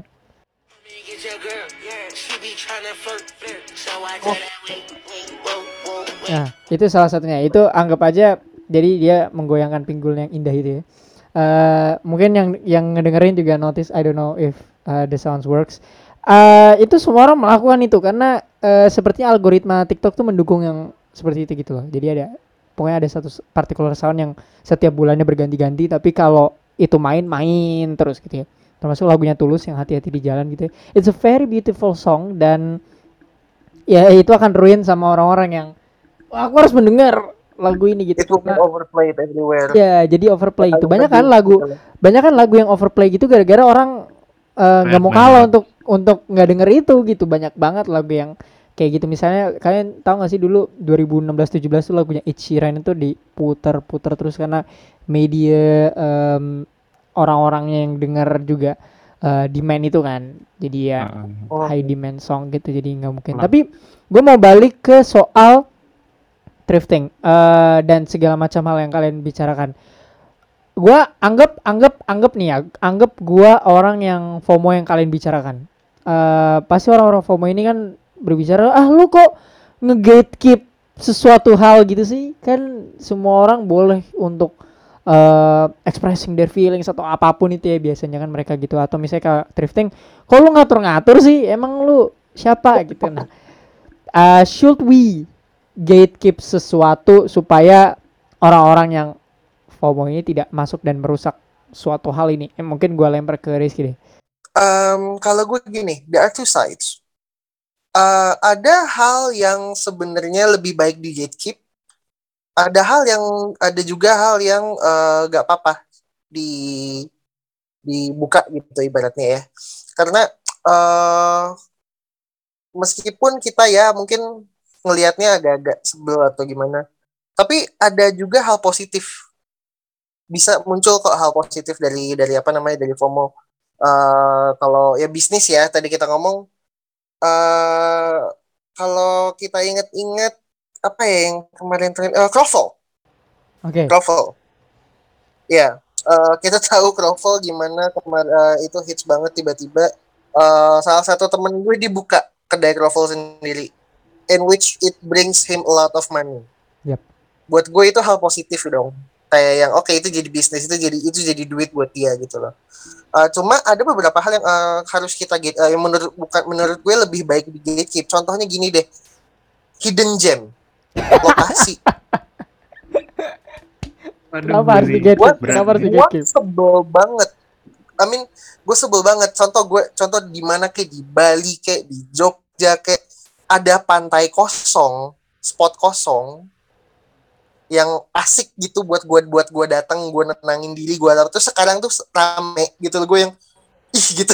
Nah, itu salah satunya. Itu anggap aja jadi dia menggoyangkan pinggul yang indah itu ya. Eh, mungkin yang yang ngedengerin juga notice, I don't know if uh, the sounds works. Eh, itu semua orang melakukan itu karena eh, sepertinya algoritma TikTok tuh mendukung yang seperti itu gitu loh. Jadi ada pokoknya ada satu particular sound yang setiap bulannya berganti-ganti, tapi kalau itu main main terus gitu ya. Termasuk lagunya Tulus yang Hati-Hati di Jalan gitu ya. It's a very beautiful song dan ya itu akan ruin sama orang-orang yang wah, aku harus mendengar lagu ini gitu. It will be Nah, overplayed everywhere. ya jadi overplay itu. Paling Banyak kan penting lagu, gitu loh. banyak kan lagu yang overplay gitu gara-gara orang eh, nggak mau Banyak kalah banget. untuk untuk nggak denger itu gitu. Banyak banget lagu yang kayak gitu. Misalnya kalian tahu nggak sih dulu dua ribu enam belas tujuh belas tuh lagunya Ed Sheeran itu diputer-puter terus karena media em, orang-orangnya yang denger juga eh, demand itu kan. Jadi ya Heeh. Oh, high demand song gitu, jadi nggak mungkin. Lah. Tapi gue mau balik ke soal thrifting eh, dan segala macam hal yang kalian bicarakan. Gua anggap anggap anggap nih ya, anggap gua orang yang FOMO yang kalian bicarakan. Eh pasti orang-orang FOMO ini kan berbicara, ah lu kok nge-gatekeep sesuatu hal gitu sih? Kan semua orang boleh untuk eh expressing their feelings atau apapun itu ya, biasanya kan mereka gitu. Atau misalnya kayak thrifting, kok lu ngatur-ngatur sih? Emang lu siapa gitu. Nah, uh, should we gatekeep sesuatu supaya orang-orang yang FOMO ini tidak masuk dan merusak suatu hal ini? Eh, mungkin gue lempar ke Rizky deh. Um, kalau gue gini, there are two sides. Uh, ada hal yang sebenarnya lebih baik di gatekeep. Ada hal yang ada juga hal yang uh, gak apa-apa di dibuka gitu ibaratnya ya. Karena uh, meskipun kita ya mungkin ngelihatnya agak-agak sebel atau gimana, tapi ada juga hal positif, bisa muncul kok hal positif dari dari apa namanya dari FOMO. Uh, kalau ya bisnis ya tadi kita ngomong, uh, kalau kita inget-inget apa ya yang kemarin uh, Croffle, Oke. Okay. Croffle, ya uh, kita tahu Croffle gimana kemarin uh, itu hits banget tiba-tiba. Uh, salah satu temen gue dibuka kedai Croffle sendiri, in which it brings him a lot of money. Yep. Buat gue itu hal positif dong. Kayak yang oke okay, itu jadi bisnis, itu jadi itu jadi duit buat dia gitu loh. Uh, cuma ada beberapa hal yang uh, harus kita get, uh, yang menurut bukan menurut gue lebih baik di gatekeep. Contohnya gini deh, hidden gem, lokasi. Kenapa harus di gatekeep? Kenapa harus di gatekeep? Gue sebel banget. I mean, gue sebel banget. Contoh gue, contoh di mana kayak di Bali, kayak di Jogja, kayak ada pantai kosong, spot kosong yang asik gitu buat gue buat gue datang, gue nenangin diri gue. Terus sekarang tuh rame gitu loh, gue yang ih gitu.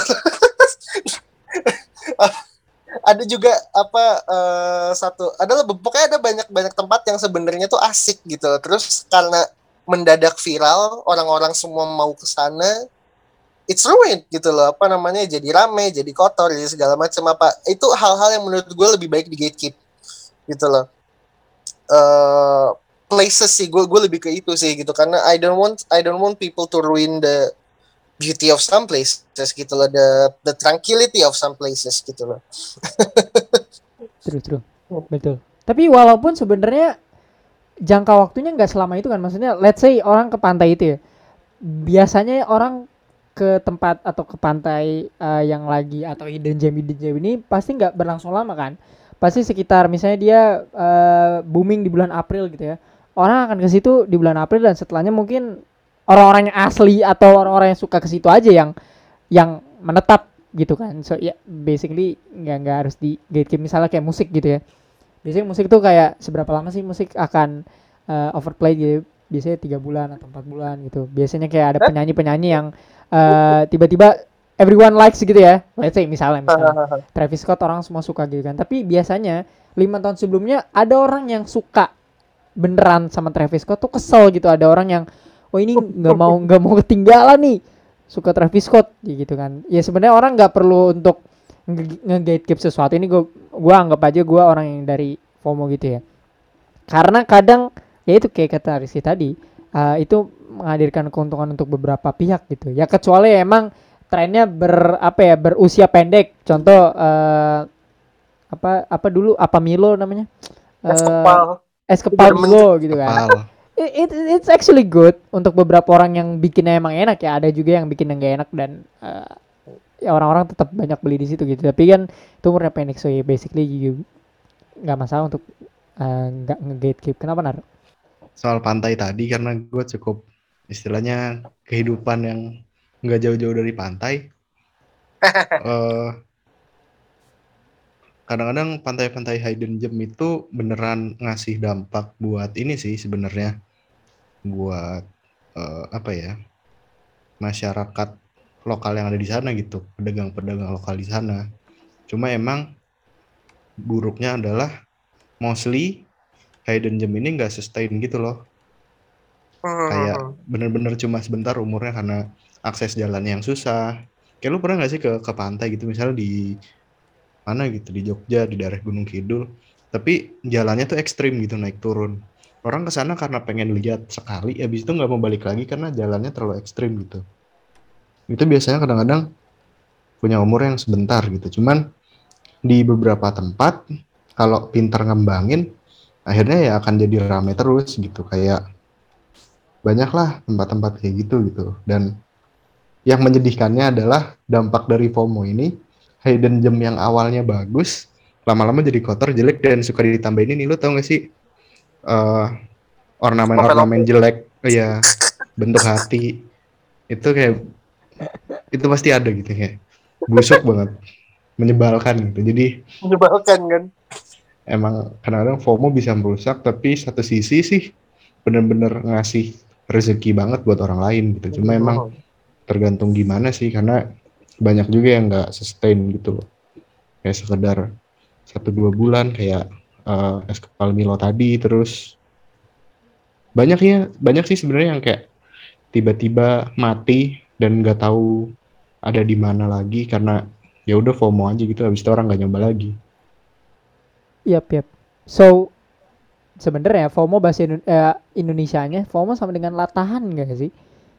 Ada juga apa uh, satu adalah pokoknya ada banyak banyak tempat yang sebenarnya tuh asik gitu. Terus karena mendadak viral, orang-orang semua mau ke sana, it's ruined gitu loh. Apa namanya, jadi rame, jadi kotor, jadi segala macam apa. Itu hal-hal yang menurut gue lebih baik di gatekeep gitu loh. Uh, places sih gue gue lebih ke itu sih gitu, karena I don't want I don't want people to ruin the beauty of some places gitu loh, the the tranquility of some places gitu loh. True, true. Betul. Tapi walaupun sebenarnya jangka waktunya nggak selama itu kan, maksudnya let's say orang ke pantai itu ya, biasanya orang ke tempat atau ke pantai uh, yang lagi atau hidden gem hidden gem ini pasti nggak berlangsung lama kan, pasti sekitar misalnya dia uh, booming di bulan April gitu ya, orang akan ke situ di bulan April dan setelahnya mungkin orang-orang yang asli atau orang-orang yang suka ke situ aja yang yang menetap gitu kan. So ya yeah, basically nggak nggak harus di gatekeep, misalnya kayak musik gitu ya, biasanya musik tuh kayak seberapa lama sih musik akan uh, overplay gitu, biasanya tiga bulan atau empat bulan gitu, biasanya kayak ada penyanyi-penyanyi yang uh, tiba-tiba everyone likes gitu ya, let's say misalnya misalnya Travis Scott orang semua suka gitu kan, tapi biasanya lima tahun sebelumnya ada orang yang suka beneran sama Travis Scott tuh kesel gitu, ada orang yang oh ini nggak mau nggak mau ketinggalan nih suka Travis Scott gitu kan. Ya sebenarnya orang nggak perlu untuk nge-gatekeep sesuatu, ini gue gue anggap aja gue orang yang dari FOMO gitu ya, karena kadang ya itu kayak kata Rizky tadi, uh, itu menghadirkan keuntungan untuk beberapa pihak gitu ya, kecuali emang trennya ber apa ya berusia pendek, contoh uh, apa apa dulu apa Milo namanya uh, es kepal Milo gitu kan. It, it, it's actually good untuk beberapa orang yang bikinnya emang enak ya, ada juga yang bikin yang gak enak dan uh, ya orang-orang tetap banyak beli di situ gitu, tapi kan itu umurnya pendek, so ya basically you nggak masalah untuk nggak uh, nge-gatekeep. Kenapa Nar? Soal pantai tadi, karena gue cukup istilahnya kehidupan yang nggak jauh-jauh dari pantai. uh, kadang-kadang pantai-pantai hidden gem itu beneran ngasih dampak buat ini sih sebenarnya, buat uh, apa ya masyarakat lokal yang ada di sana gitu, pedagang-pedagang lokal di sana. Cuma emang buruknya adalah mostly hidden gem ini nggak sustain gitu loh, kayak bener-bener cuma sebentar umurnya karena akses jalannya yang susah. Kayak lu pernah nggak sih ke ke pantai gitu, misalnya di mana gitu, di Jogja, di daerah Gunung Kidul, tapi jalannya tuh ekstrim gitu, naik turun. Orang kesana karena pengen lihat sekali, habis itu nggak mau balik lagi karena jalannya terlalu ekstrim gitu. Itu biasanya kadang-kadang punya umur yang sebentar gitu. Cuman di beberapa tempat kalau pintar ngembangin, akhirnya ya akan jadi rame terus gitu. Kayak banyaklah tempat-tempat kayak gitu gitu. Dan yang menyedihkannya adalah dampak dari FOMO ini, hidden gem yang awalnya bagus lama-lama jadi kotor, jelek, dan suka ditambahin ini. Lu tau gak sih uh, ornamen-ornamen jelek, ya bentuk hati itu kayak itu pasti ada gitu, kayak busuk banget, menyebalkan gitu. Jadi menyebalkan kan, emang kadang-kadang FOMO bisa merusak, tapi satu sisi sih bener-bener ngasih rezeki banget buat orang lain gitu. Cuma emang tergantung gimana sih, karena banyak juga yang nggak sustain gitu loh, kayak sekedar satu dua bulan kayak uh, es kepal Milo tadi. Terus banyak ya banyak sih sebenarnya yang kayak tiba-tiba mati dan nggak tahu ada di mana lagi karena ya udah FOMO aja gitu, habis itu orang nggak nyoba lagi. Yap yap. So sebenarnya FOMO bahasa Indo- eh, Indonesianya FOMO sama dengan latahan nggak sih?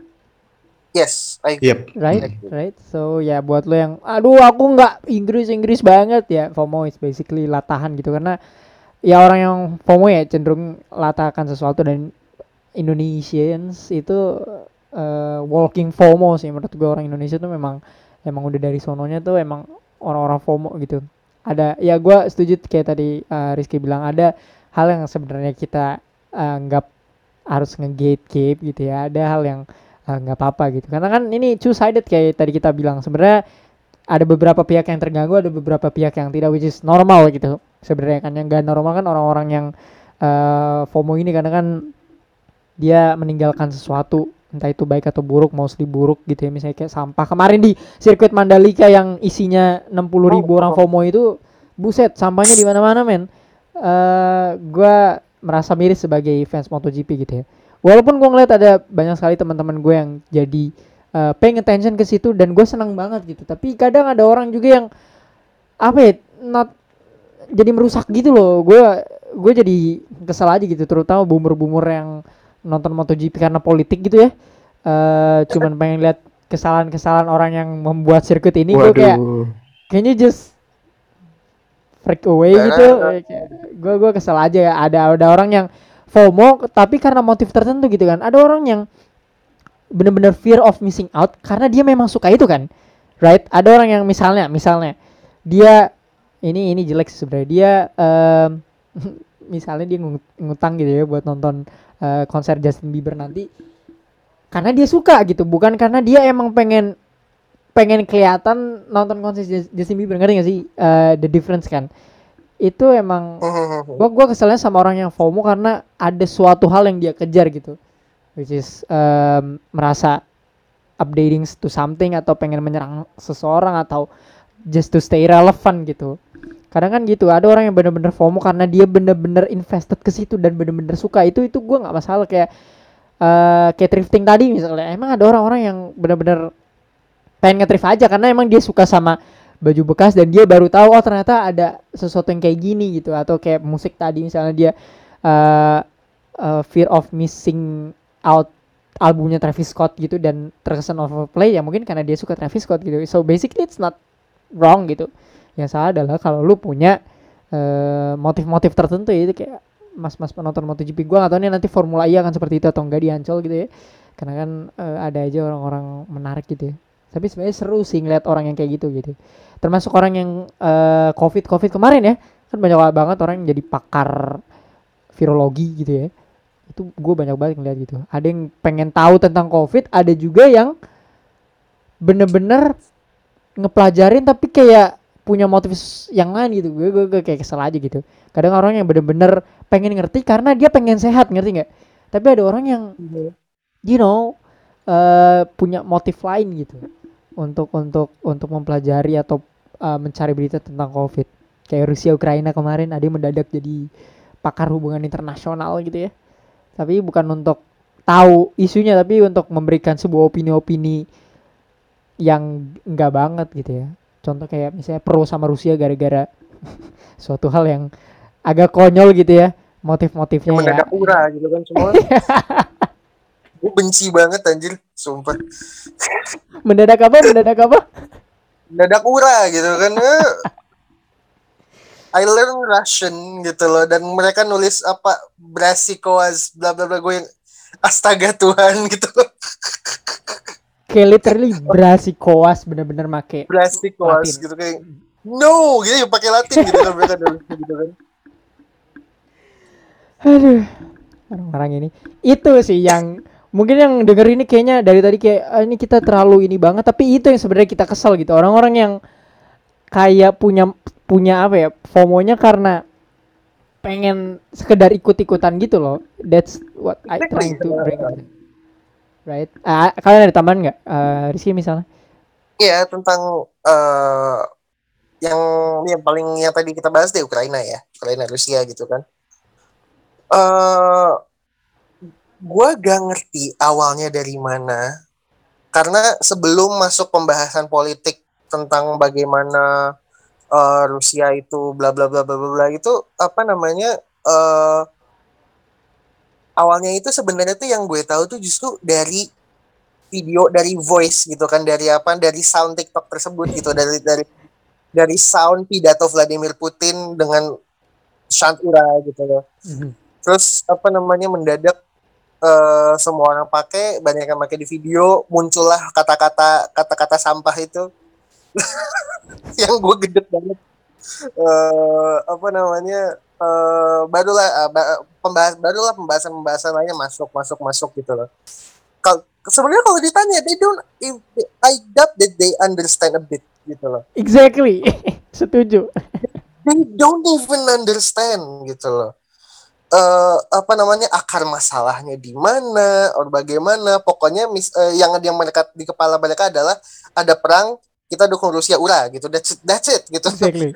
yes, I Yep. Right, Hmm. right. So ya buat lo yang aduh aku nggak Inggris Inggris banget ya, FOMO is basically latahan gitu, karena ya orang yang FOMO ya cenderung latakan sesuatu, dan Indonesians itu uh, walking FOMO sih menurut gue. Orang Indonesia tuh memang emang udah dari sononya tuh emang orang-orang FOMO gitu. Ada ya gue setuju kayak tadi uh, Rizky bilang, ada hal yang sebenarnya kita nggak uh, harus nge-gatekeep gitu ya, ada hal yang nggak uh, apa-apa gitu, karena kan ini two sided kayak tadi kita bilang, sebenarnya ada beberapa pihak yang terganggu, ada beberapa pihak yang tidak, which is normal gitu sebenarnya kan. Yang gak normal kan orang-orang yang uh, FOMO ini, karena kan dia meninggalkan sesuatu, entah itu baik atau buruk, mostly buruk gitu ya, misalnya kayak sampah kemarin di sirkuit Mandalika yang isinya enam puluh ribu orang FOMO itu, buset sampahnya di mana-mana men. Uh, gue merasa miris sebagai fans MotoGP gitu ya, walaupun gue ngeliat ada banyak sekali teman-teman gue yang jadi uh, paying attention ke situ, dan gue senang banget gitu, tapi kadang ada orang juga yang apa ya, not jadi merusak gitu loh. Gue gue jadi kesel aja gitu, terutama boomer-boomer yang nonton MotoGP karena politik gitu ya, uh, cuman pengen lihat kesalahan-kesalahan orang yang membuat sirkuit ini. Gue kayak kayaknya just freak away gitu. Gue gue kesel aja ya. Ada ada orang yang FOMO tapi karena motif tertentu gitu kan. Ada orang yang bener-bener fear of missing out karena dia memang suka itu kan, right? Ada orang yang misalnya misalnya dia ini ini jelek sih sebenarnya, dia um, misalnya dia ngut- ngutang gitu ya buat nonton uh, konser Justin Bieber nanti karena dia suka gitu, bukan karena dia emang pengen pengen kelihatan nonton konser Jus- Justin Bieber. Ngerti gak sih uh, the difference kan? Itu emang gua gua keselnya sama orang yang FOMO karena ada suatu hal yang dia kejar gitu, which is um, merasa updating to something atau pengen menyerang seseorang atau just to stay relevant gitu. Kadang kan gitu, ada orang yang bener-bener FOMO karena dia bener-bener invested ke situ dan bener-bener suka itu. Itu gue nggak masalah. Kayak uh, kayak thrifting tadi misalnya, emang ada orang-orang yang bener-bener pengen nge-thrift aja karena emang dia suka sama baju bekas dan dia baru tahu oh ternyata ada sesuatu yang kayak gini gitu. Atau kayak musik tadi misalnya, dia uh, uh, fear of missing out albumnya Travis Scott gitu dan terkesan overplay ya, mungkin karena dia suka Travis Scott gitu. So basically it's not wrong gitu. Yang salah adalah kalau lu punya uh, motif-motif tertentu ya, itu kayak mas-mas penonton MotoGP. Gue gak tau nih nanti Formula E akan seperti itu atau enggak di Ancol gitu ya, karena kan uh, ada aja orang-orang menarik gitu ya. Tapi sebenarnya seru sih ngeliat orang yang kayak gitu gitu. Termasuk orang yang uh, covid covid kemarin ya, kan banyak banget orang yang jadi pakar virologi gitu ya. Itu gue banyak banget ngeliat gitu. Ada yang pengen tahu tentang covid, ada juga yang bener-bener ngepelajarin tapi kayak punya motif yang lain gitu. Gue gue, gue kayak kesel aja gitu. Kadang orang yang bener-bener pengen ngerti karena dia pengen sehat, ngerti nggak? Tapi ada orang yang you know uh, punya motif lain gitu untuk untuk untuk mempelajari atau uh, mencari berita tentang covid. Kayak Rusia Ukraina kemarin, ada yang mendadak jadi pakar hubungan internasional gitu ya. Tapi bukan untuk tahu isunya, tapi untuk memberikan sebuah opini-opini yang enggak banget gitu ya. Contoh kayak misalnya pro sama Rusia gara-gara suatu hal yang agak konyol gitu ya, motif-motifnya ya. Mendadak ura gitu kan semua. Gue benci banget anjir, sumpah. Mendadak apa? Mendadak apa? Mendadak ura gitu kan. I learn Russian gitu loh, dan mereka nulis apa Brasikoas bla bla bla, gue yang astaga Tuhan gitu loh. Kayak literally Brasikoas, bener-bener make Brasikoas gitu kayak no gitu pakai Latin gitu kan mereka nulis gitu kan. Aduh, orang-orang ini itu sih yang mungkin yang denger ini kayaknya dari tadi kayak ah, ini kita terlalu ini banget, tapi itu yang sebenarnya kita kesel gitu. Orang-orang yang kayak punya punya apa ya, FOMO-nya karena pengen sekedar ikut-ikutan gitu loh. That's what I trying to bring. Right? Ah, kalian ada tambahan nggak? Uh, Rizky misalnya? Iya, tentang uh, yang yang paling yang tadi kita bahas deh, Ukraina ya, Ukraina Rusia gitu kan. Uh, gue gak ngerti awalnya dari mana, karena sebelum masuk pembahasan politik tentang bagaimana uh, Rusia itu bla bla bla bla bla itu apa namanya uh, awalnya itu sebenarnya tuh yang gue tahu tuh justru dari video, dari voice gitu kan, dari apa dari sound TikTok tersebut gitu, dari dari dari sound pidato Vladimir Putin dengan Shantura gitu loh. Mm-hmm. Terus apa namanya mendadak uh, semua orang pakai, banyak yang pakai di video, muncullah kata-kata kata-kata sampah itu yang gue gedek banget. Uh, apa namanya uh, barulah uh, pembahas barulah pembahasan-pembahasan lainnya masuk masuk masuk gitu loh. Kalau sebenarnya kalau ditanya, they don't, I doubt that they understand a bit gitu loh. Exactly, setuju. They don't even understand gitu loh. Uh, apa namanya akar masalahnya di mana, atau bagaimana. Pokoknya mis, uh, yang yang mereka di kepala mereka adalah ada perang, kita dukung Rusia, ura gitu. That's it, that's it gitu. Exactly.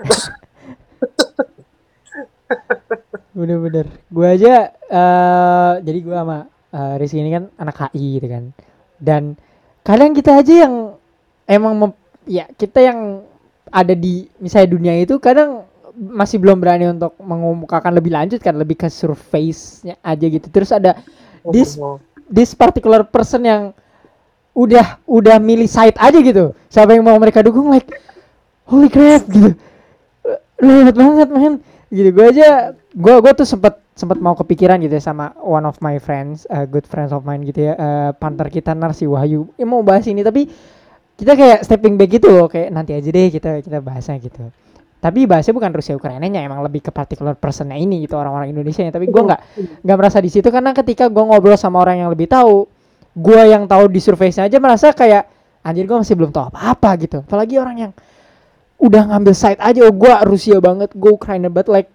Bener-bener. Gue aja, uh, jadi gue sama uh, Rizky ini kan anak H I gitu kan. Dan kadang kita aja yang emang mem- ya kita yang ada di misalnya dunia itu kadang masih belum berani untuk mengemukakan lebih lanjut kan, lebih ke surface-nya aja gitu. Terus ada this this particular person yang udah udah milih side aja gitu, siapa yang mau mereka dukung, like holy crap gitu, lu hebat banget man gitu. Gue aja gue gue tuh sempet sempat mau kepikiran gitu ya sama one of my friends, uh, good friends of mine gitu ya, uh, partner kita Narsi Wahyu, ya mau bahas ini tapi kita kayak stepping back gitu loh, kayak nanti aja deh kita kita bahasnya gitu. Tapi bahasnya bukan Rusia Ukrainanya, emang lebih ke particular personnya ini gitu, orang-orang Indonesia nya. Tapi gue nggak nggak merasa di situ karena ketika gue ngobrol sama orang yang lebih tahu, gue yang tahu di survei aja merasa kayak anjir gue masih belum tahu apa-apa gitu. Apalagi orang yang udah ngambil side aja, oh gue Rusia banget, gue Ukraina banget, like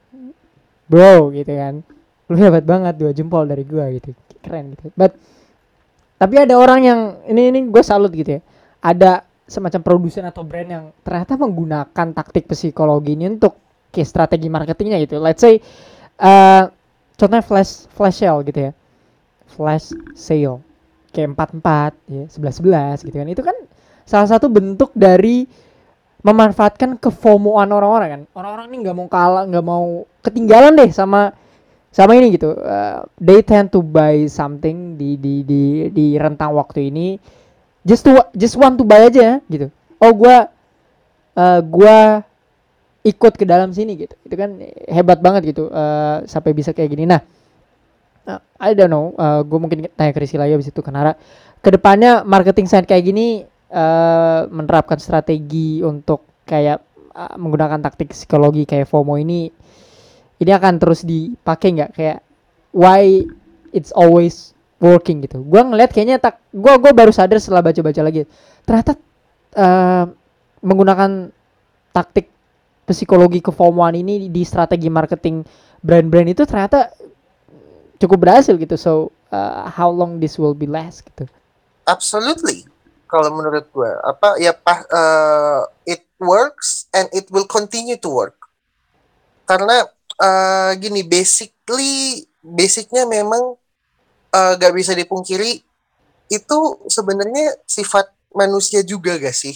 bro gitu kan, lu hebat banget, dua jempol dari gue gitu, keren gitu. But tapi ada orang yang ini ini gue salut gitu ya, ada semacam produsen atau brand yang ternyata menggunakan taktik psikologi ini untuk kayak strategi marketingnya gitu. Let's say uh, contohnya flash flash sale gitu ya, flash sale kayak empat empat ya, sebelas sebelas gitu kan, itu kan salah satu bentuk dari memanfaatkan kefomoan orang-orang kan. Orang-orang ini nggak mau kalah, nggak mau ketinggalan deh sama sama ini gitu. Uh, they tend to buy something di di di di rentang waktu ini just to just want to buy aja gitu. Oh gua uh, gua ikut ke dalam sini gitu. Itu kan hebat banget gitu, uh, sampai bisa kayak gini. Nah, uh, I don't know, uh, gue mungkin tanya ke Rizky lagi abis itu Kenara. Kedepannya marketing side kayak gini uh, menerapkan strategi untuk kayak uh, menggunakan taktik psikologi kayak FOMO ini, ini akan terus dipakai nggak? Kayak why it's always working gitu. Gue ngeliat kayaknya tak, gue gue baru sadar setelah baca-baca lagi. Ternyata uh, menggunakan taktik psikologi kefomoan ini di strategi marketing brand-brand itu ternyata cukup berhasil gitu. So uh, how long this will be last gitu? Absolutely. Kalau menurut gue, apa ya, pa, uh, it works and it will continue to work. Karena uh, gini, basically, basicnya memang uh, gak bisa dipungkiri itu sebenarnya sifat manusia juga gak sih?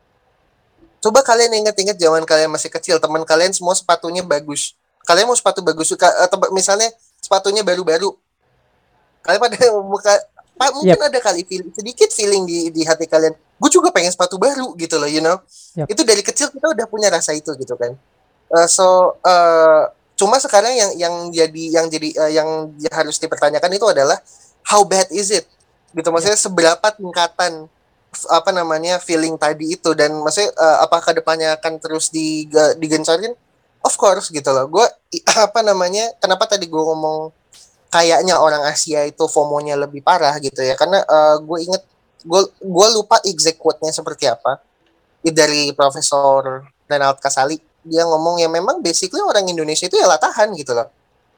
Coba kalian ingat-ingat zaman kalian masih kecil, teman kalian semua sepatunya bagus. Kalian mau sepatu bagus, atau misalnya sepatunya baru-baru. Kalian pada muka, Pak, mungkin Yep. ada kali feel, sedikit feeling di di hati kalian. Gue juga pengen sepatu baru gitu loh, you know. Yep. Itu dari kecil kita udah punya rasa itu gitu kan. Uh, so uh, cuma sekarang yang yang jadi yang jadi uh, yang harus dipertanyakan itu adalah how bad is it? Gitu, maksudnya seberapa tingkatan apa namanya feeling tadi itu, dan maksudnya uh, apakah depannya akan terus digencarin? Of course gitu loh. Gue apa namanya, kenapa tadi gue ngomong kayaknya orang Asia itu FOMO-nya lebih parah gitu ya, karena uh, gue inget gue gue lupa exact quote-nya seperti apa dari Profesor Renald Kasali. Dia ngomong ya memang basically orang Indonesia itu ya latahan gitu loh.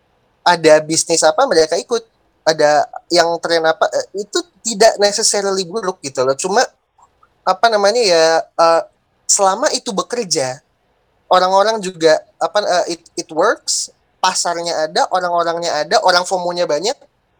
Ada bisnis apa mereka ikut, ada yang tren apa, itu tidak necessarily buruk gitu loh. Cuma apa namanya ya, uh, selama itu bekerja, orang-orang juga apa uh, it, it works, pasarnya ada, orang-orangnya ada, orang FOMO-nya banyak,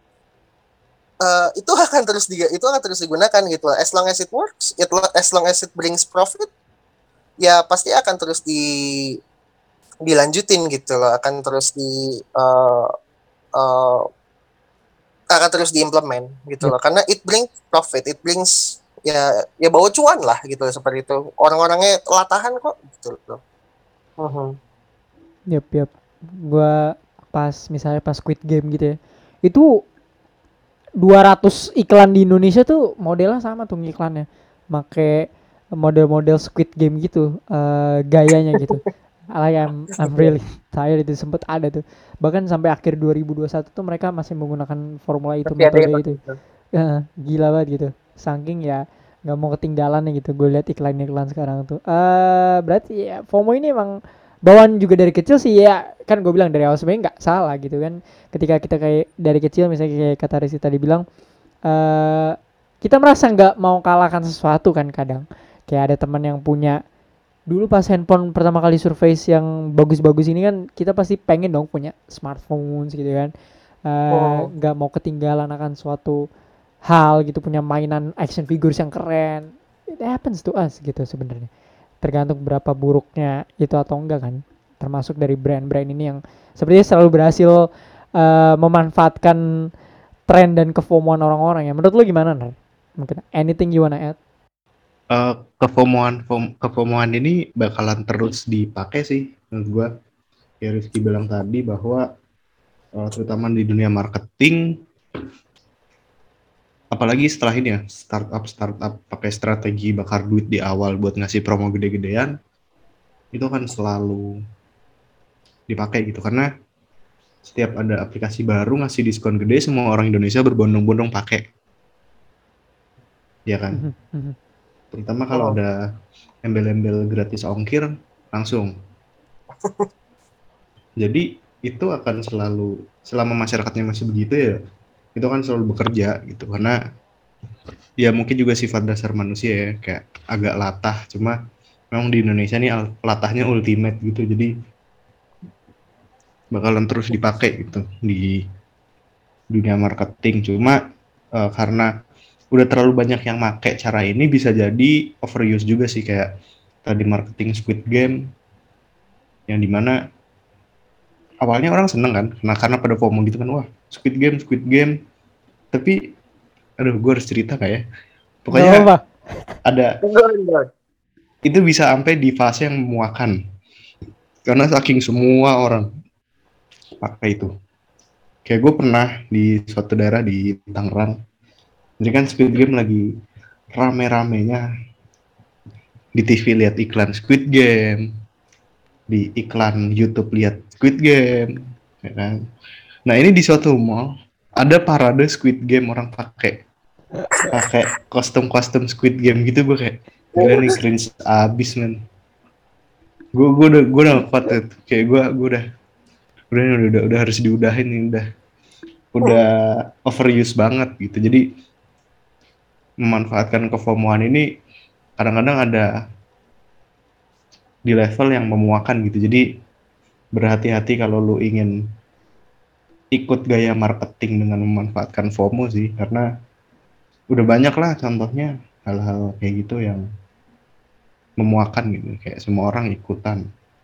uh, itu akan terus diga, itu akan terus digunakan gitu loh. As long as it works, it, as long as it brings profit, ya pasti akan terus di dilanjutin gitu loh, akan terus di uh, uh, akan terus diimplement gitu Yep. loh, karena it brings profit, it brings ya ya bawa cuan lah gitu loh, seperti itu. Orang-orangnya latahan kok gitu loh. Uh-huh. Yep, yep. Gua pas misalnya pas Squid Game gitu ya, itu dua ratus iklan di Indonesia tuh modelnya sama tuh iklannya, make model-model Squid Game gitu, uh, gayanya gitu. Like I'm, I'm really tired, itu sempet ada tuh. Bahkan sampai akhir dua ribu dua puluh satu tuh mereka masih menggunakan formula itu, Tapi ada metode itu itu. gitu. Ya, gila banget gitu. Saking ya nggak mau ketinggalan nih gitu. Gue lihat iklan-iklan sekarang tuh. Eh uh, berarti ya FOMO ini emang bawaan juga dari kecil sih ya. Kan gue bilang dari awal sebenarnya nggak salah gitu kan. Ketika kita kayak dari kecil misalnya kayak kata Rizky tadi bilang, uh, kita merasa nggak mau kalahkan sesuatu kan kadang. Kayak ada teman yang punya, dulu pas handphone pertama kali surface yang bagus-bagus ini kan kita pasti pengen dong punya smartphone gitu kan, nggak uh, Oh. mau ketinggalan akan suatu hal gitu, punya mainan action figures yang keren. It happens to us gitu sebenarnya, tergantung berapa buruknya itu atau enggak kan, termasuk dari brand-brand ini yang sepertinya selalu berhasil uh, memanfaatkan tren dan kefomoan orang-orang ya. Menurut lu gimana, Nar? Mungkin anything you wanna add? Uh, kefomoan fom, kefomoan ini bakalan terus dipakai sih menurut gua. Ya Rizky bilang tadi bahwa uh, terutama di dunia marketing, apalagi setelah ini ya, startup startup pakai strategi bakar duit di awal buat ngasih promo gede-gedean, itu kan selalu dipakai gitu, karena setiap ada aplikasi baru ngasih diskon gede, semua orang Indonesia berbondong-bondong pakai, ya kan? Mhm, mhm. Terutama kalau Oh, ada embel-embel gratis ongkir, langsung. Jadi itu akan selalu, selama masyarakatnya masih begitu ya, itu kan selalu bekerja gitu, karena ya mungkin juga sifat dasar manusia ya, kayak agak latah, cuma memang di Indonesia nih al- latahnya ultimate gitu, jadi bakalan terus dipakai gitu di dunia marketing. Cuma eh, karena udah terlalu banyak yang make cara ini, bisa jadi overuse juga sih, kayak tadi marketing Squid Game, yang dimana awalnya orang seneng kan, karena karena pada FOMO gitu kan, wah Squid Game Squid Game, tapi aduh gue harus cerita kayak ya, Nggak pokoknya apa-apa. ada, enggak, enggak. itu bisa sampai di fase yang memuakan, karena saking semua orang pakai itu. Kayak gue pernah di suatu daerah di Tangerang, jadi kan Squid Game lagi rame-ramenya, di T V lihat iklan Squid Game, di iklan YouTube lihat Squid Game, ya kan. Nah ini di suatu mall ada parade Squid Game, orang pakai pakai kostum-kostum Squid Game gitu, gue kayak gila nih, cringe abis men. Gue gue udah gue udah kuat tuh, kayak gue gue udah udah udah udah, udah harus diudahin nih, udah udah overuse banget gitu. Jadi memanfaatkan kefomoan ini kadang-kadang ada di level yang memuakan gitu. Jadi berhati-hati kalau lu ingin ikut gaya marketing dengan memanfaatkan FOMO sih, karena udah banyak lah contohnya hal-hal kayak gitu yang memuakan gitu, kayak semua orang ikutan.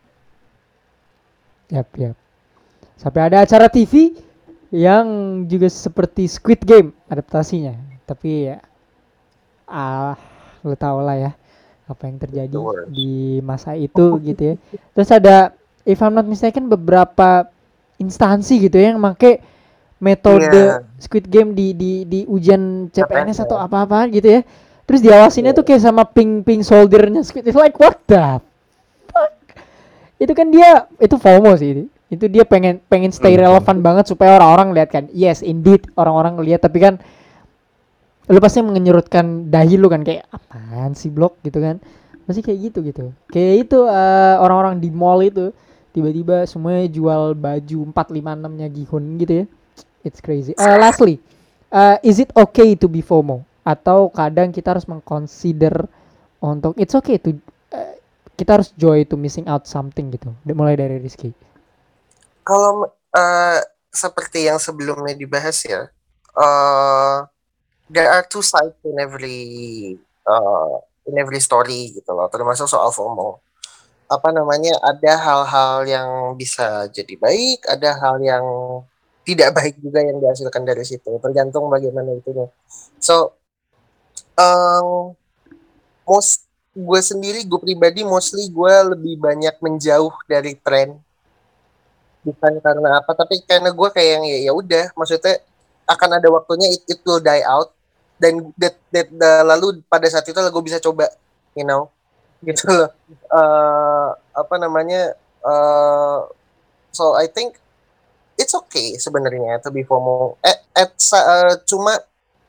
Yap, yap. Sampai ada acara T V yang juga seperti Squid Game adaptasinya. Tapi ya, ah, lu tau lah ya apa yang It's the terjadi worst. di masa itu gitu ya. Terus ada, if I'm not mistaken, beberapa instansi gitu ya yang make metode Iya, Squid Game di di di ujian C P N S atau C P N S. apa-apa gitu ya. Terus diawasinnya tuh Iya. kayak sama ping ping soldiernya Squid. It's like what the fuck? Itu kan dia itu FOMO sih. Itu dia pengen pengen stay Betul. relevan banget supaya orang-orang lihat kan. Yes, indeed orang-orang lihat, tapi kan lu pasti menyerutkan dahi lu kan, kayak apaan sih blok gitu kan. Pasti kayak gitu gitu. Kayak itu eh, orang-orang di mall itu tiba-tiba semuanya jual baju empat lima enam-nya Gihun gitu ya. It's crazy. Uh, lastly, uh, is it okay to be FOMO? Atau kadang kita harus mengconsider untuk it's okay to uh, kita harus joy to missing out something gitu. Mulai dari Rizky. Kalau eh, seperti yang sebelumnya dibahas ya, eh there are two sides in every uh, in every story gitu loh, termasuk soal FOMO. Apa namanya? Ada hal-hal yang bisa jadi baik, ada hal yang tidak baik juga yang dihasilkan dari situ. Tergantung bagaimana itunya. So, um, most gue sendiri, gue pribadi, mostly gue lebih banyak menjauh dari tren, bukan karena apa, tapi karena gue kayak yang ya ya udah, maksudnya akan ada waktunya it, it will die out, dan that, that, that, lalu pada saat itu gue bisa coba, you know, gitu loh. Eh, apa namanya, eh so I think it's okay sebenarnya to be FOMO at, at uh, cuma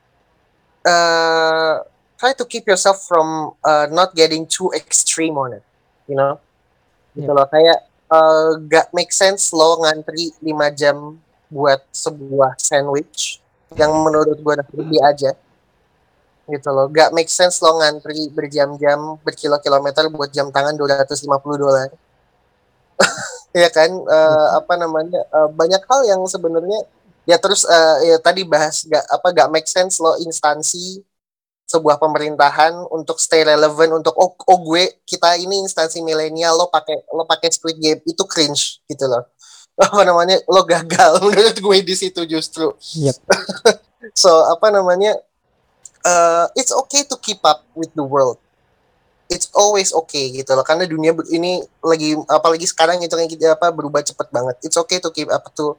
uh, try to keep yourself from uh, not getting too extreme on it, you know, gitu Yep. loh. Kayak uh, gak make sense lo ngantri lima jam buat sebuah sandwich yang menurut gue lebih aja, gitu loh. Gak make sense lo ngantri berjam-jam, berkilo-kilometer buat jam tangan dua ratus lima puluh dolar. Ya kan, Yep. uh, apa namanya, uh, banyak hal yang sebenarnya ya, terus uh, ya tadi bahas gak apa gak make sense lo instansi sebuah pemerintahan untuk stay relevant, untuk oh, oh gue kita ini instansi milenial, lo pakai lo pakai Squid Game, itu cringe gitu loh. Apa namanya, lo gagal menurut gue di situ justru. Yep. So apa namanya, uh, it's okay to keep up with the world, it's always okay gitu loh, karena dunia ini lagi, apalagi sekarang itu kayak gitu, apa berubah cepet banget. It's okay to keep up to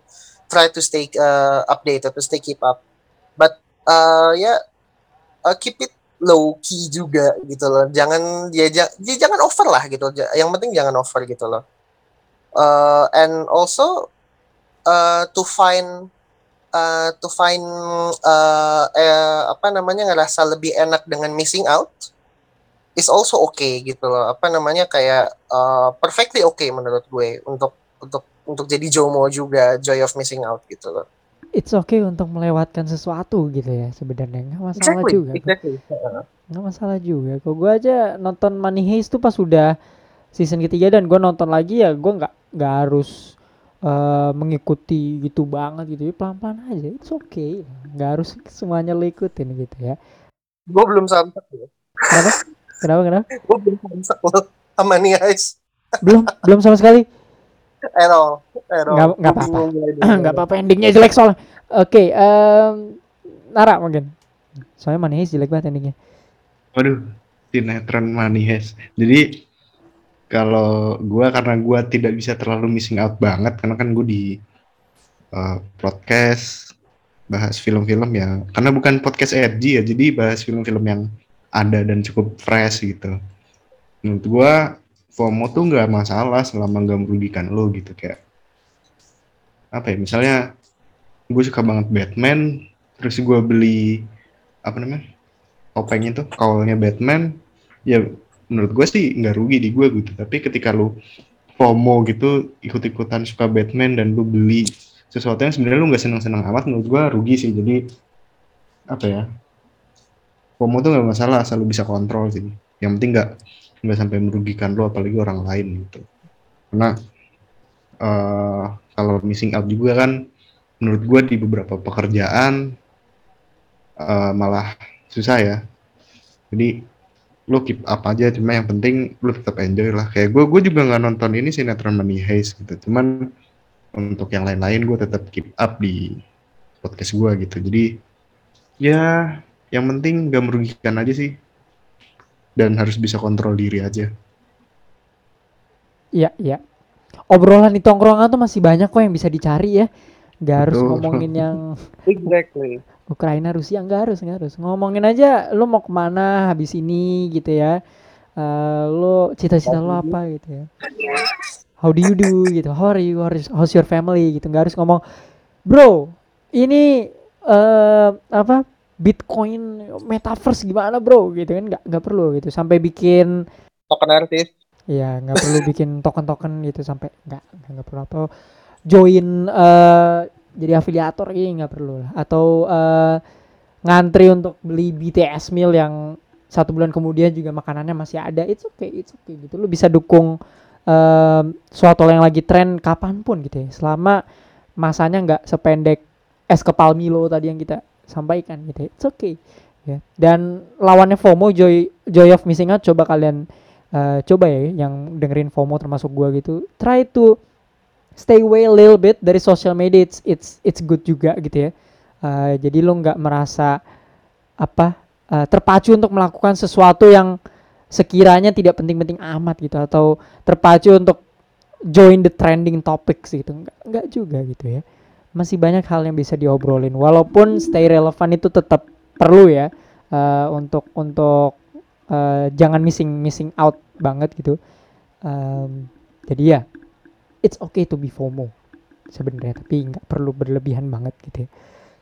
try to stay uh, updated, to stay keep up. But uh, ya yeah, uh, keep it low key juga gitu loh. Jangan dia, ja, dia jangan over lah gitu. Yang penting jangan over gitu loh. Uh, and also uh, to find uh, to find uh, eh, apa namanya ngerasa lebih enak dengan missing out is also okay gitu loh. Apa namanya kayak uh, perfectly okay menurut gue untuk untuk untuk jadi JOMO juga, joy of missing out gitu loh. It's okay untuk melewatkan sesuatu gitu ya sebenarnya, nggak masalah Exactly, juga kok. exactly. Nggak masalah juga kok. Gue aja nonton Money Heist tuh pas udah season ketiga dan gue nonton lagi ya gue nggak nggak harus uh, mengikuti gitu banget gitu ya, pelan-pelan aja, it's okay, nggak harus semuanya lo ikutin gitu ya. Gue belum sampai ya. Kenapa? Kenapa kenapa? Gue belum sampai lo sama nih guys. Belum belum sama sekali. At all, at all. Nggak nggak Gue apa-apa. bingung mulai dari Nggak mana. apa-apa, endingnya jelek soalnya. Oke, em, Nara mungkin. Soalnya Money Heist jelek banget endingnya. Waduh, sinetron Money Heist. Jadi kalau gua karena gua tidak bisa terlalu missing out banget karena kan gua di uh, podcast bahas film-film yang karena bukan podcast edgy ya, jadi bahas film-film yang ada dan cukup fresh gitu. Menurut gua FOMO tuh nggak masalah selama nggak merugikan lo gitu, kayak apa ya, misalnya gue suka banget Batman, terus gue beli apa namanya topeng itu, kaulnya Batman, ya menurut gue sih nggak rugi di gue gitu. Tapi ketika lu FOMO gitu, ikut-ikutan suka Batman dan lu beli sesuatu yang sebenarnya lu nggak seneng-seneng amat, menurut gue rugi sih. Jadi apa ya, FOMO tuh nggak masalah asal lu bisa kontrol sih. Yang penting nggak nggak sampai merugikan lu apalagi orang lain gitu. Karena uh, kalau missing out juga kan menurut gue di beberapa pekerjaan uh, malah susah ya. Jadi lu keep up aja, cuma yang penting lu tetap enjoy lah. Kayak gue gue juga nggak nonton ini sinetron Money Heist gitu, cuman untuk yang lain-lain gue tetap keep up di podcast gue gitu. Jadi ya yang penting gak merugikan aja sih, dan harus bisa kontrol diri aja. Iya, iya. Obrolan di tongkrongan tuh masih banyak kok yang bisa dicari ya. Gak harus Betul. ngomongin yang Exactly. Ukraina, Rusia, nggak harus, nggak harus. Ngomongin aja lu mau kemana habis ini gitu ya. Uh, lu cita-cita lu apa gitu ya. How do you do gitu. How are you? How's your family gitu. Nggak harus ngomong, bro, ini uh, apa Bitcoin metaverse gimana bro gitu kan, nggak nggak perlu gitu sampai bikin Token artis. ya nggak perlu bikin token-token gitu sampai nggak nggak perlu, atau join uh, jadi afiliator gitu nggak perlu lah, atau uh, ngantri untuk beli B T S meal yang satu bulan kemudian juga makanannya masih ada. It's okay, it's okay gitu. Lu bisa dukung uh, suatu yang lagi tren kapanpun gitu ya, selama masanya nggak sependek es kepal Milo tadi yang kita sampaikan gitu ya. It's okay ya. Dan lawannya FOMO, joy joy of missing out, coba kalian uh, coba ya yang dengerin FOMO termasuk gua gitu, try to stay away a little bit dari social media. It's it's it's good juga gitu ya. Uh, jadi lu nggak merasa apa uh, terpacu untuk melakukan sesuatu yang sekiranya tidak penting-penting amat gitu, atau terpacu untuk join the trending topics gitu. Nggak, nggak juga gitu ya. Masih banyak hal yang bisa diobrolin, walaupun stay relevan itu tetap perlu ya, uh, untuk untuk uh, jangan missing missing out banget gitu. Um, jadi ya it's okay to be FOMO sebenarnya, tapi nggak perlu berlebihan banget gitu ya.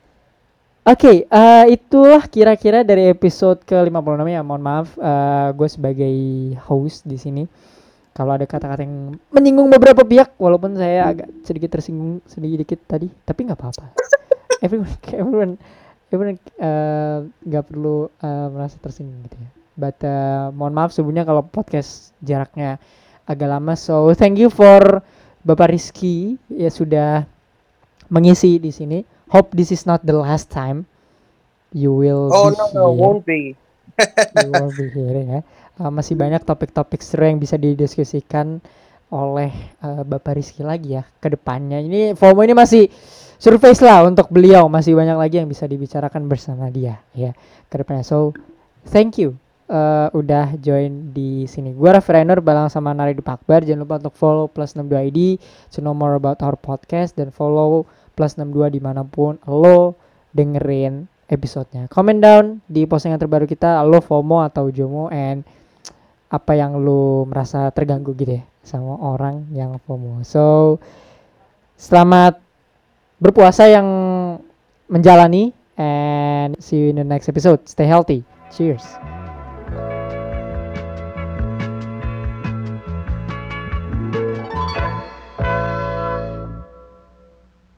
Oke, okay, uh, itulah kira-kira dari episode ke lima puluh enam ya. Mohon maaf, uh, gue sebagai host di sini kalau ada kata-kata yang menyinggung beberapa pihak, walaupun saya agak sedikit tersinggung sedikit tadi, tapi nggak apa-apa. Everyone, everyone, everyone nggak uh, perlu uh, merasa tersinggung gitu ya. But uh, mohon maaf sebelumnya kalau podcast jaraknya agak lama. So thank you for Bapak Rizky ya sudah mengisi di sini. Hope this is not the last time you will Oh be no, here. no, won't be. You will be here ya. Uh, masih banyak topik-topik seru yang bisa didiskusikan oleh uh, Bapak Rizky lagi ya ke depannya. Ini FOMO ini masih surface lah untuk beliau, masih banyak lagi yang bisa dibicarakan bersama dia ya ke depannya. So thank you uh, udah join di sini. Gua Raffi Rainer bareng sama Nari di Pakbar. Jangan lupa untuk follow plus enam puluh dua I D to know more about our podcast, dan follow plus enam dua dimanapun lo dengerin episodenya. Comment down di postingan terbaru kita, lo FOMO atau JOMO, and apa yang lo merasa terganggu gitu ya sama orang yang FOMO. So selamat berpuasa yang menjalani, and see you in the next episode. Stay healthy. Cheers.